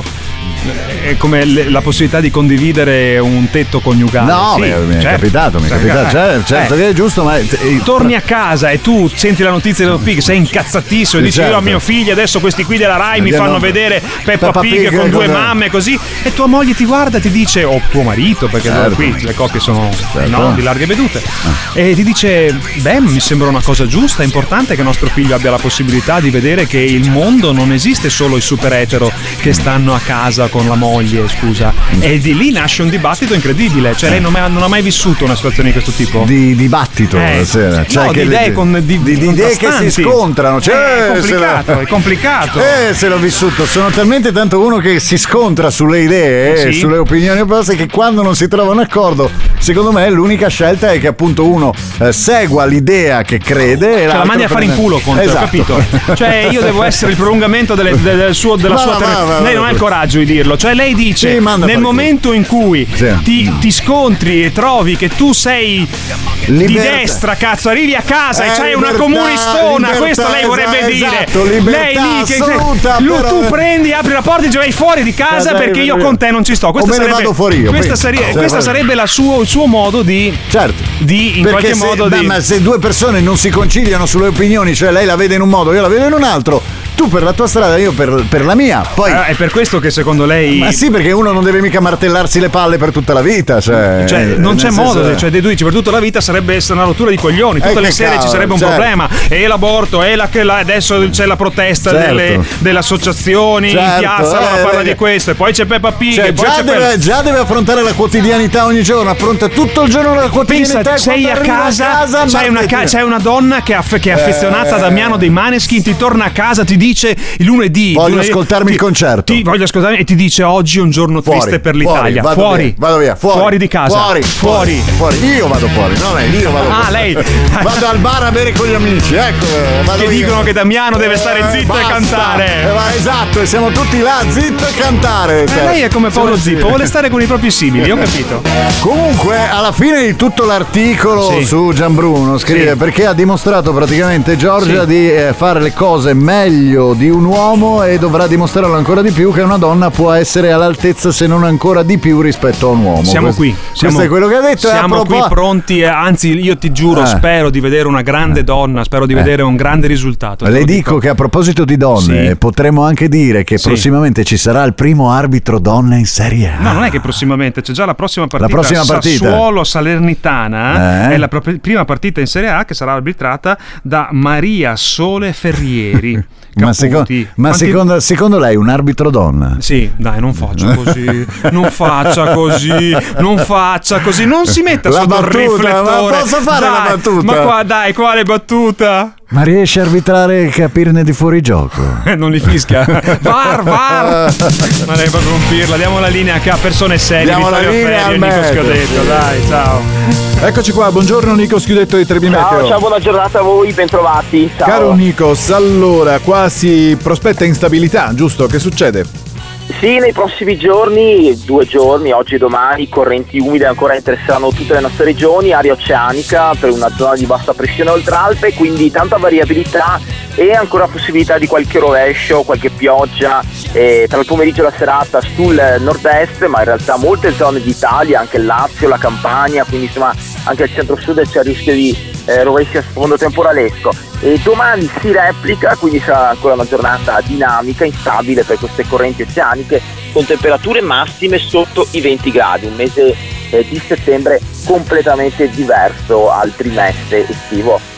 eh, come le- la possibilità di condividere un tetto coniugale. No, Sì, mi, mi è certo. capitato, mi è Cioè, capitato. eh, Certo, certo eh. che è giusto, ma eh, Torni a casa e tu senti la notizia dello Pig, sei incazzatissimo e dici Certo. io a mio figlio adesso questi qui della Rai mi Perché fanno no? vedere Peppa, Peppa Pig, Pig con due con- mamme così, e tua moglie ti guarda e ti dice, o tuo marito, perché Certo. qui le coppie sono Certo. no, di larghe vedute, e ti dice beh, mi sembra una cosa giusta, è importante che nostro figlio abbia la possibilità di vedere che il mondo non esiste solo i super etero che stanno a casa con la moglie, scusa, e di lì nasce un dibattito incredibile, cioè lei non, ha- non ha mai vissuto una situazione di questo tipo. di dibattito Eh, sera. no, di idee con- di- di, di idee che si contrastanti. scontrano. Cioè, Eh, è se complicato, la- è complicato. Eh, se l'ho vissuto, sono talmente tanto uno che si scontra sulle idee, Sì. sulle opinioni opposte, che quando non si trovano d'accordo, secondo me l'unica scelta è che appunto uno eh, segua l'idea che crede e Cioè la l'altro mandi a fare in prende- culo con te, Esatto. ho capito? Cioè io devo essere il prolungamento delle- de- del suo, della Va, sua va, tele- va, va, lei va, non ha va. il coraggio di dirlo. Cioè lei dice Sì, manda a nel fare momento in cui Sì. ti, ti scontri e trovi che tu sei di Libertà. destra, cazzo, arrivi a casa Eh, e c'hai una libertà, comunistona, libertà, questo lei vorrebbe esatto, dire. esatto, libertà lei lì che assoluta, lui, però- tu prendi, apri la porta e dici vai fuori di casa Dai, perché io via. con te non ci sto. Questa O me ne sarebbe, vado fuori io, questa poi. sarebbe, Cioè, questa guarda. sarebbe la suo- il suo modo di, Certo. di in Perché qualche se, modo beh, di ma se due persone non si conciliano sulle opinioni, cioè lei la vede in un modo, io la vedo in un altro, tu per la tua strada, io per, per la mia. Poi Eh, è per questo che secondo lei ma sì, perché uno non deve mica martellarsi le palle per tutta la vita, cioè, Cioè, non nel c'è senso- modo, cioè, tu dici per tutta la vita sarebbe essere una rottura di coglioni. Tutte Eh, le che sere ci cavolo, sarebbe un certo. problema. E l'aborto, e la, che la- adesso c'è la protesta Certo. delle, delle associazioni in Certo, piazza, eh, allora parla perché- di questo, e poi c'è Peppa Pig, Cioè, e poi già, c'è deve, quella- già deve affrontare la quotidianità ogni giorno, affronta tutto il giorno la quotidianità. Pensa, e sei quando a arriva casa, c'hai, una, ca- c'hai una donna che, è aff- che è affezionata Eh. a Damiano dei Maneskin, ti torna a casa, ti dice il lunedì Voglio lunedì- ascoltarmi ti- il concerto. ti voglio ascoltarmi e ti dice oggi è un giorno Fuori, triste per fuori, l'Italia. vado Fuori, via, vado via, fuori, di casa. Fuori, fuori. fuori. Io vado fuori, no, lei, io vado Ah, fuori. lei. Vado al bar a bere con gli amici, ecco. vado Che via. dicono che Damiano deve stare Eh, zitto e basta. cantare. Eh, ma esatto, e siamo tutti là, zitto e cantare. Eh, lei è come Paolo Sì, sì. Zippo, vuole stare con i propri simili, ho capito. Comunque, alla fine di tutto l'articolo Sì. su Gianbruno scrive Sì. perché ha dimostrato praticamente Giorgia Sì. di eh, fare le cose meglio di un uomo e dovrà dimostrarlo ancora di più che una donna può essere all'altezza se non ancora di più rispetto a un uomo. Siamo questo, qui. questo Siamo, è quello che ha detto. e a Siamo propos- qui pronti, eh, anzi io ti giuro, Eh. spero di vedere una grande donna, spero di Eh. vedere un grande risultato. te Le lo dico che a proposito di donne, Sì. potremmo anche dire che Sì. prossimamente ci sarà il primo arbitro donna in Serie A. No, non è che prossimamente, c'è già la prossima partita. prossima partita. Sassuolo Salernitana Eh? è la propria- prima partita in Serie A che sarà arbitrata da Maria Sole Ferrieri. Ma, seco- Caputi. ma Quanti- secondo, secondo lei un arbitro donna? Sì, dai, non faccia così, non faccia così, non faccia così, non si metta La sotto battuta, il riflettore. ma posso fare Dai, la battuta? Ma qua, dai, quale battuta? Ma riesce a arbitrare e capirne di fuorigioco? Eh, non li fischia. Var, var. Ma lei è proprio un pirla. Diamo la linea che ha persone serie. Diamo la Vittorio linea Ferri, al Nico metro. Schiodetto, dai, ciao. Eccoci qua, buongiorno Nico Schiudetto di Trebi Ciao, Meteo. ciao, buona giornata a voi, bentrovati. Ciao. Caro Nikos, allora qua si prospetta instabilità, giusto? Che succede? Sì, nei prossimi giorni, due giorni, oggi e domani, correnti umide ancora interesseranno tutte le nostre regioni, aria oceanica per una zona di bassa pressione oltre Alpe, quindi tanta variabilità e ancora possibilità di qualche rovescio, qualche pioggia eh, tra il pomeriggio e la serata sul nord-est, ma in realtà molte zone d'Italia, anche il Lazio, la Campania, quindi insomma anche al centro-sud c'è il rischio di eh, rovesci a sfondo temporalesco. E domani si replica, quindi sarà ancora una giornata dinamica, instabile per queste correnti oceaniche, con temperature massime sotto i venti gradi, un mese eh, di settembre completamente diverso al trimestre estivo.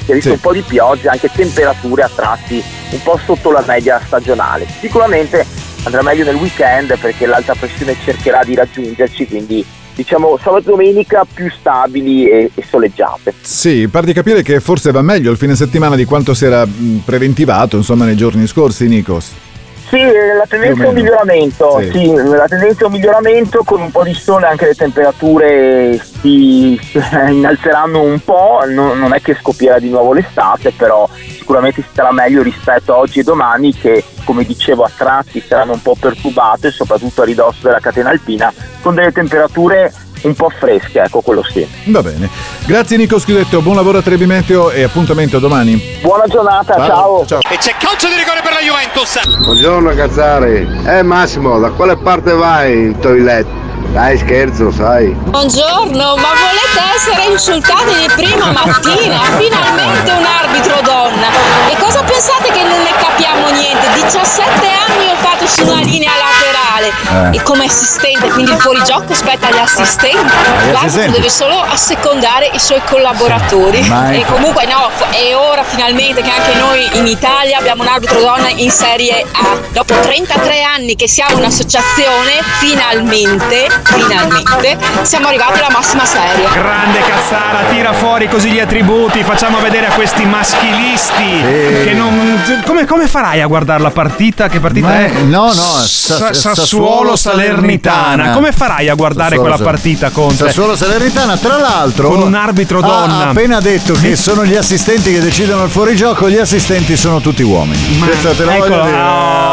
si è visto Sì. un po' di pioggia, anche temperature a tratti un po' sotto la media stagionale. Sicuramente andrà meglio nel weekend perché l'alta pressione cercherà di raggiungerci, quindi diciamo sabato e domenica più stabili e, e soleggiate. Sì, par di capire che forse va meglio il fine settimana di quanto si era mh, preventivato, insomma, nei giorni scorsi, Nikos. Sì, la tendenza è un miglioramento, Sì. sì, la tendenza è un miglioramento, con un po' di sole anche le temperature si innalzeranno un po', non, non è che scoppierà di nuovo l'estate, però sicuramente si starà meglio rispetto a oggi e domani che, come dicevo, a tratti saranno un po' perturbate, soprattutto a ridosso della catena alpina, con delle temperature un po' fresche, ecco, quello sì. Va bene. Grazie Nico Schiudetto, buon lavoro a Trebi Meteo e appuntamento domani. Buona giornata, ciao. Ciao. E c'è calcio di rigore per la Juventus. Buongiorno Cazzari. Eh Massimo, da quale parte vai in toilet? Dai, scherzo, sai. Buongiorno, ma volete essere insultati di prima mattina? Finalmente un arbitro donna. E cosa pensate che non ne capiamo niente? diciassette anni ho fatto su una linea laterale Eh. e come assistente, quindi il fuorigioco spetta agli assistenti. L'arbitro assistenti. deve solo assecondare i suoi collaboratori. Sì, ma è- E comunque no, è ora finalmente che anche noi in Italia abbiamo un arbitro donna in Serie A. Dopo trentatré anni che siamo un'associazione, finalmente, finalmente siamo arrivati alla massima serie. Grande Cazzara, tira fuori così gli attributi, facciamo vedere a questi maschilisti che non... Come, come farai a guardare la partita? Che partita Ma- è? no, no, Sa- Sa- Sassuolo Salernitana. Come farai a guardare Sassuolo, quella partita con Sassuolo Salernitana, tra l'altro, con un arbitro donna? ha appena detto che sono gli assistenti che decidono il fuorigioco, gli assistenti sono tutti uomini. Questo te lo voglio Eccolo, dire.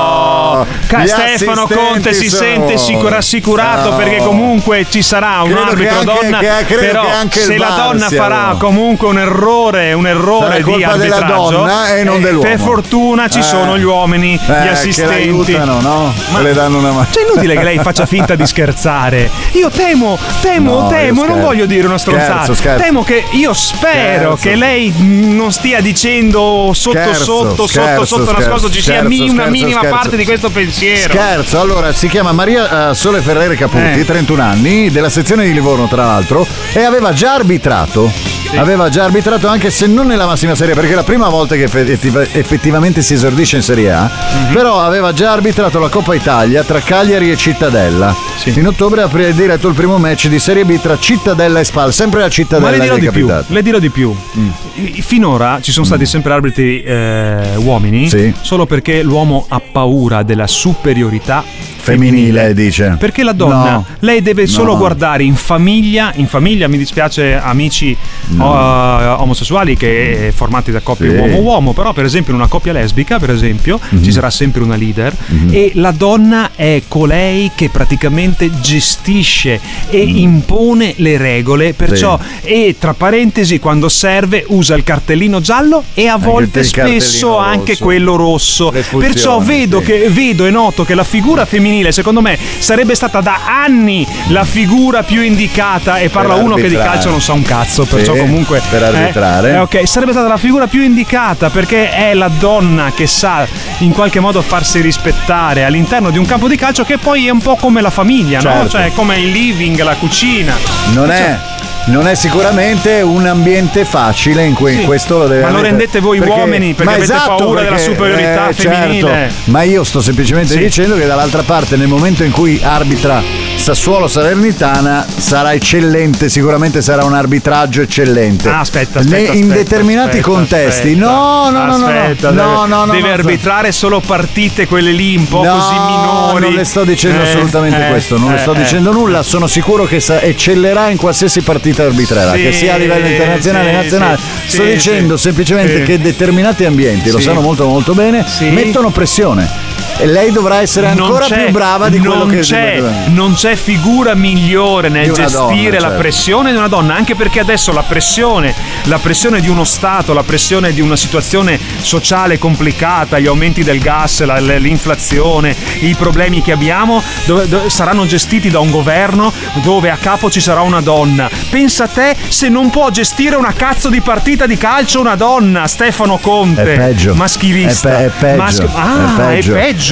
oh, Ca- Gli Stefano assistenti Conte si sono sente uomini. sicur- rassicurato No. perché comunque ci sarà un Credo arbitro che anche- donna, che- credo però che anche il se la V A R donna sia farà uomo. comunque un errore, un errore Sarà di colpa della arbitraggio, donna e non eh, dell'uomo. per fortuna ci Eh. sono gli uomini, Eh, gli che assistenti. l'aiutano, no? Ma Le danno una mano. Cioè, è inutile che lei faccia finta di scherzare. Io temo, temo, No, io temo, non scherzo. voglio dire una stronzata. Scherzo, scherzo. Temo che io spero Scherzo. che lei mh, non stia dicendo sotto Scherzo, sotto scherzo, sotto sotto scherzo, nascosto ci sia scherzo, mi- una scherzo, minima scherzo. parte di questo pensiero. Scherzo, allora si chiama Maria eh, Sole Ferrere Caputi, Eh. trentuno anni, della sezione di Livorno tra l'altro, e aveva già arbitrato. Aveva già arbitrato anche se non nella massima serie, perché è la prima volta che effettiv- effettivamente si esordisce in Serie A, Mhm. però aveva già arbitrato la Coppa Italia tra Cagliari e Cittadella. In ottobre ha pre- diretto il primo match di Serie B tra Cittadella e Spal, sempre la Cittadella. Ma le dirò che è di più, capitato. le dirò di più. I- Finora ci sono stati sempre arbitri eh, uomini, solo perché l'uomo ha paura della superiorità Femminile, dice. Perché la donna, No. lei deve solo No. guardare in famiglia, in famiglia, mi dispiace amici No. eh, omosessuali che formati da coppie Sì. uomo-uomo, però per esempio in una coppia lesbica, per esempio, Mhm. ci sarà sempre una leader e la donna è colei che praticamente gestisce e impone le regole, perciò e tra parentesi quando serve usa il cartellino giallo e a volte il spesso cartellino anche rosso. quello rosso. L'espulsione, Perciò vedo sì. che vedo e noto che la figura femminile secondo me sarebbe stata da anni la figura più indicata, e parla Per uno che di arbitrare. calcio non sa un cazzo, perciò Sì, comunque per arbitrare. eh, eh, ok, sarebbe stata la figura più indicata perché è la donna che sa in qualche modo farsi rispettare all'interno di un campo di calcio che poi è un po' come la famiglia, no? Certo. Cioè come il living, la cucina. Non Perciò- è, non è sicuramente un ambiente facile in cui Sì. questo lo deve Ma lo mettere- rendete voi uomini perché ma avete esatto, paura della perché, superiorità eh, femminile. certo. Ma io sto semplicemente Sì. dicendo che dall'altra parte nel momento in cui arbitra Sassuolo Salernitana sarà eccellente, sicuramente sarà un arbitraggio eccellente. Ah, aspetta, Ne- aspetta, in aspetta, determinati aspetta, contesti. aspetta. no, no, no, no, Aspetta, no, deve, no, no, no, deve no, arbitrare solo partite quelle lì un po' No, così minori. non le sto dicendo Eh, assolutamente eh, questo, non le eh, sto eh. dicendo nulla, sono sicuro che sa- eccellerà in qualsiasi partita arbitrerà, Sì, che sia a livello internazionale sì, o nazionale. sì, sto sì, dicendo sì. semplicemente Sì. che determinati ambienti, lo Sì. sanno molto molto bene, Sì. mettono pressione. E lei dovrà essere Non ancora c'è- più brava di quello non che c'è, deve- non c'è figura migliore nel Di una gestire donna, la certo. pressione di una donna, anche perché adesso la pressione, la pressione di uno Stato, la pressione di una situazione sociale complicata, gli aumenti del gas, la- l'inflazione, i problemi che abbiamo dove- dove saranno gestiti da un governo dove a capo ci sarà una donna. Pensa a te se non può gestire una cazzo di partita di calcio una donna, Stefano Conte. È peggio. Maschilista. È pe- è peggio. Maschi- ah, È peggio. è peggio.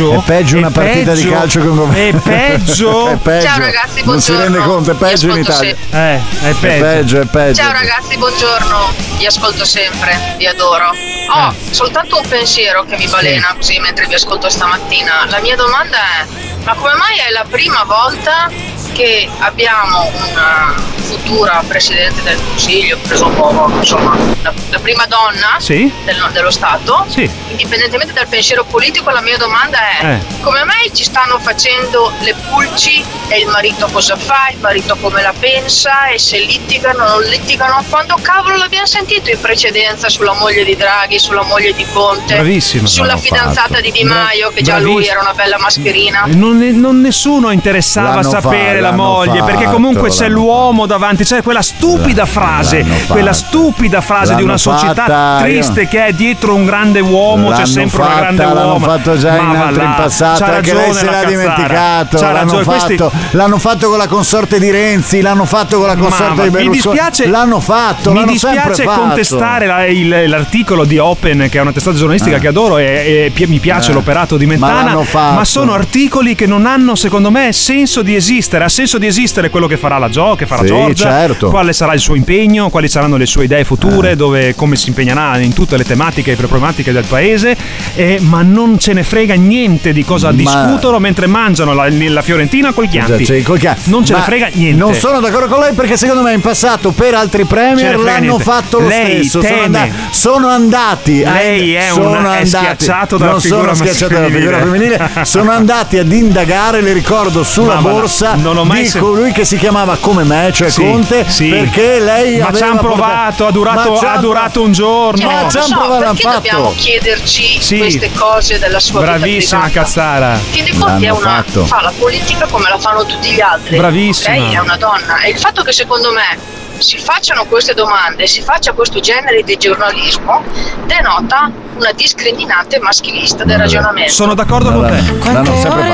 peggio. È peggio una è partita peggio, di calcio che un governo. È peggio. È peggio. Ciao ragazzi, non si buongiorno. rende conto, è peggio in Io ascolto Italia. Eh, è peggio. È peggio, è peggio. Ciao ragazzi, buongiorno. Vi ascolto sempre, vi adoro. Ho oh, soltanto un pensiero che mi balena così mentre vi ascolto stamattina. La mia domanda è: ma come mai è la prima volta che abbiamo una futura Presidente del Consiglio, preso un po', insomma, la, la prima donna sì? del, dello Stato? Sì. Indipendentemente dal pensiero politico, la mia domanda è: eh. come mai ci stanno facendo le pulci e il marito cosa fa, il marito come la pensa, e se litigano o non litigano? Quando cavolo l'abbiamo sentito in precedenza sulla moglie di Draghi, sulla moglie di Conte, Bravissimo. sulla fidanzata fatto. di Di Maio, che già Bravissimo. lui era una bella mascherina? Non, ne, non nessuno interessava L'hanno sapere fa- la l'hanno moglie, fatto, perché comunque c'è l'hanno l'uomo davanti, c'è quella stupida frase, L'hanno quella fatta. stupida frase di una L'hanno società fatta, triste io- che è dietro un grande uomo, c'è L'hanno sempre fatta, una grande l'hanno uomo. fatto già in Ma va altri là, in passato, c'ha anche lei ragione se la l'ha Cazzara. dimenticato. C'ha L'hanno ragione, fatto, questi- l'hanno fatto con la consorte di Renzi, l'hanno fatto con la consorte Ma di mi Berlusconi. dispiace, l'hanno fatto, mi l'hanno dispiace sempre fatto. contestare la- il- l'articolo di Open, che è una testata giornalistica Eh. che adoro e, e pi- mi piace Eh. l'operato di Ma Mentana, l'hanno fatto. ma sono articoli che non hanno, secondo me, senso di esistere. Ha senso di esistere quello che farà la Gio, che farà Sì, Giorgia, certo. quale sarà il suo impegno, quali saranno le sue idee future, dove, come si impegnerà in tutte le tematiche e problematiche del paese, eh, ma non ce ne frega niente di cosa Ma- discutono mentre mangiano la, la Fiorentina col Chianti. Cioè, col Chianti. Non ce Ma ne frega niente. Non sono d'accordo con lei, perché secondo me in passato per altri Ce premier ne frega l'hanno niente. fatto lo Lei stesso. Sono, teme. andati, sono andati. a- Lei è sono una- è andati, schiacciato dalla non figura sono schiacciato dalla figura femminile. femminile. Sono andati ad indagare, le ricordo, sulla Ma va là, borsa non ho mai di sen- colui che si chiamava come me, cioè Sì, Conte, sì. perché lei Ma aveva ci han portato- provato, ha durato- Ma ci ha han- durato un giorno. Ma Non ci lo han so, provato, l'han perché dobbiamo fatto. chiederci Sì. queste cose della sua Bravissima vita privata? Cazzara. In fin dei conti è L'hanno una, fatto. fa la politica come la fanno tutti gli altri. Bravissima. Lei è una donna, e il fatto che secondo me si facciano queste domande, si faccia questo genere di giornalismo, denota una discriminante maschilista del ragionamento. Sono d'accordo con te. L'hanno sempre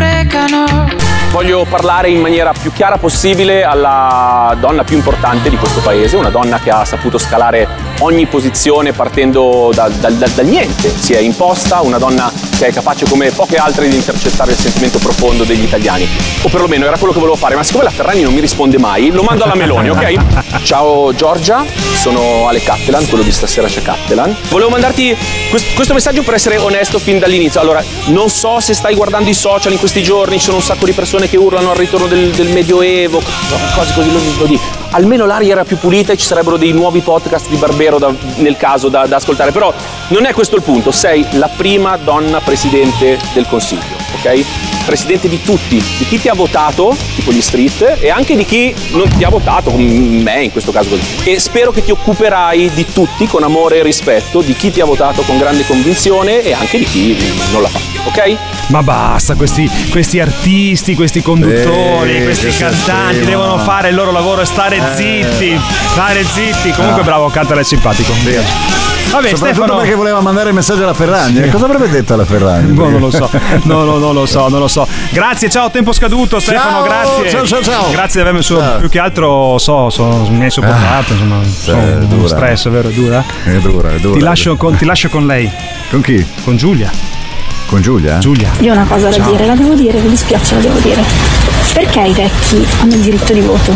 fatto. Voglio parlare in maniera più chiara possibile alla donna più importante di questo paese, una donna che ha saputo scalare ogni posizione partendo da- da- da- dal niente, si è imposta, una donna che è capace come poche altre di intercettare il sentimento profondo degli italiani, o perlomeno era quello che volevo fare, ma siccome la Ferragni non mi risponde mai, lo mando alla Meloni, ok? Ciao Giorgia, sono Ale Cattelan, quello di Stasera c'è Cattelan. Volevo mandarti quest- questo messaggio per essere onesto fin dall'inizio. Allora, non so se stai guardando i social in questi giorni, ci sono un sacco di persone che urlano al ritorno del, del Medioevo, cose così, lo, lo dico. Almeno l'aria era più pulita e ci sarebbero dei nuovi podcast di Barbero da- nel caso da, da ascoltare, però non è questo il punto. Sei la prima donna presidente del Consiglio, ok? Presidente di tutti, di chi ti ha votato, tipo gli street, e anche di chi non ti ha votato, come me in questo caso così. E spero che ti occuperai di tutti con amore e rispetto, di chi ti ha votato con grande convinzione e anche di chi non l'ha fatto, ok? Ma basta, questi, questi artisti, questi conduttori, Sì, questi che si cantanti esprimono. devono fare il loro lavoro e stare Eh. zitti. Stare zitti. Comunque Ah. bravo, Cattelan è simpatico. Vabbè, Soprattutto Stefano. perché voleva mandare il messaggio alla Ferragni. Cosa avrebbe detto alla Ferragni? No, non lo so, no, no, non lo so, non lo so. Grazie, ciao, tempo scaduto, Stefano, Ciao, grazie. ciao, ciao, ciao. Grazie di avermi su, Ciao. più che altro so, so mi hai sopportato, insomma, sono è uno dura. stress, vero, è dura? È dura, è dura. Ti lascio con, ti lascio con lei. Con chi? Con Giulia. Con Giulia? Giulia. Io ho una cosa da Ciao. dire, la devo dire, mi dispiace, la devo dire. Perché i vecchi hanno il diritto di voto?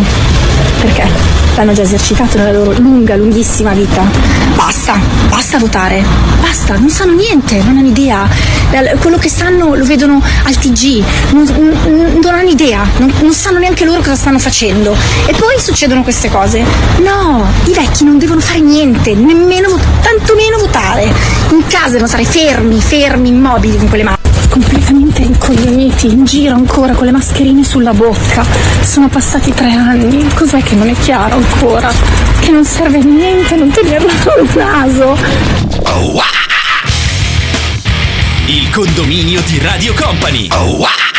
Perché? L'hanno già esercitato nella loro lunga, lunghissima vita. Basta, basta votare, basta, non sanno niente, non hanno idea. Eh, Quello che sanno lo vedono al T G, non, non- non hanno idea, non, non sanno neanche loro cosa stanno facendo. E poi succedono queste cose. No, i vecchi non devono fare niente, nemmeno vot- tantomeno votare. In casa devono stare fermi, fermi, immobili con quelle mani. Completamente incoglioniti, in giro ancora con le mascherine sulla bocca. Sono passati tre anni, cos'è che non è chiaro ancora? Che non serve a niente non tenerlo sul naso. Il condominio di Radio Company.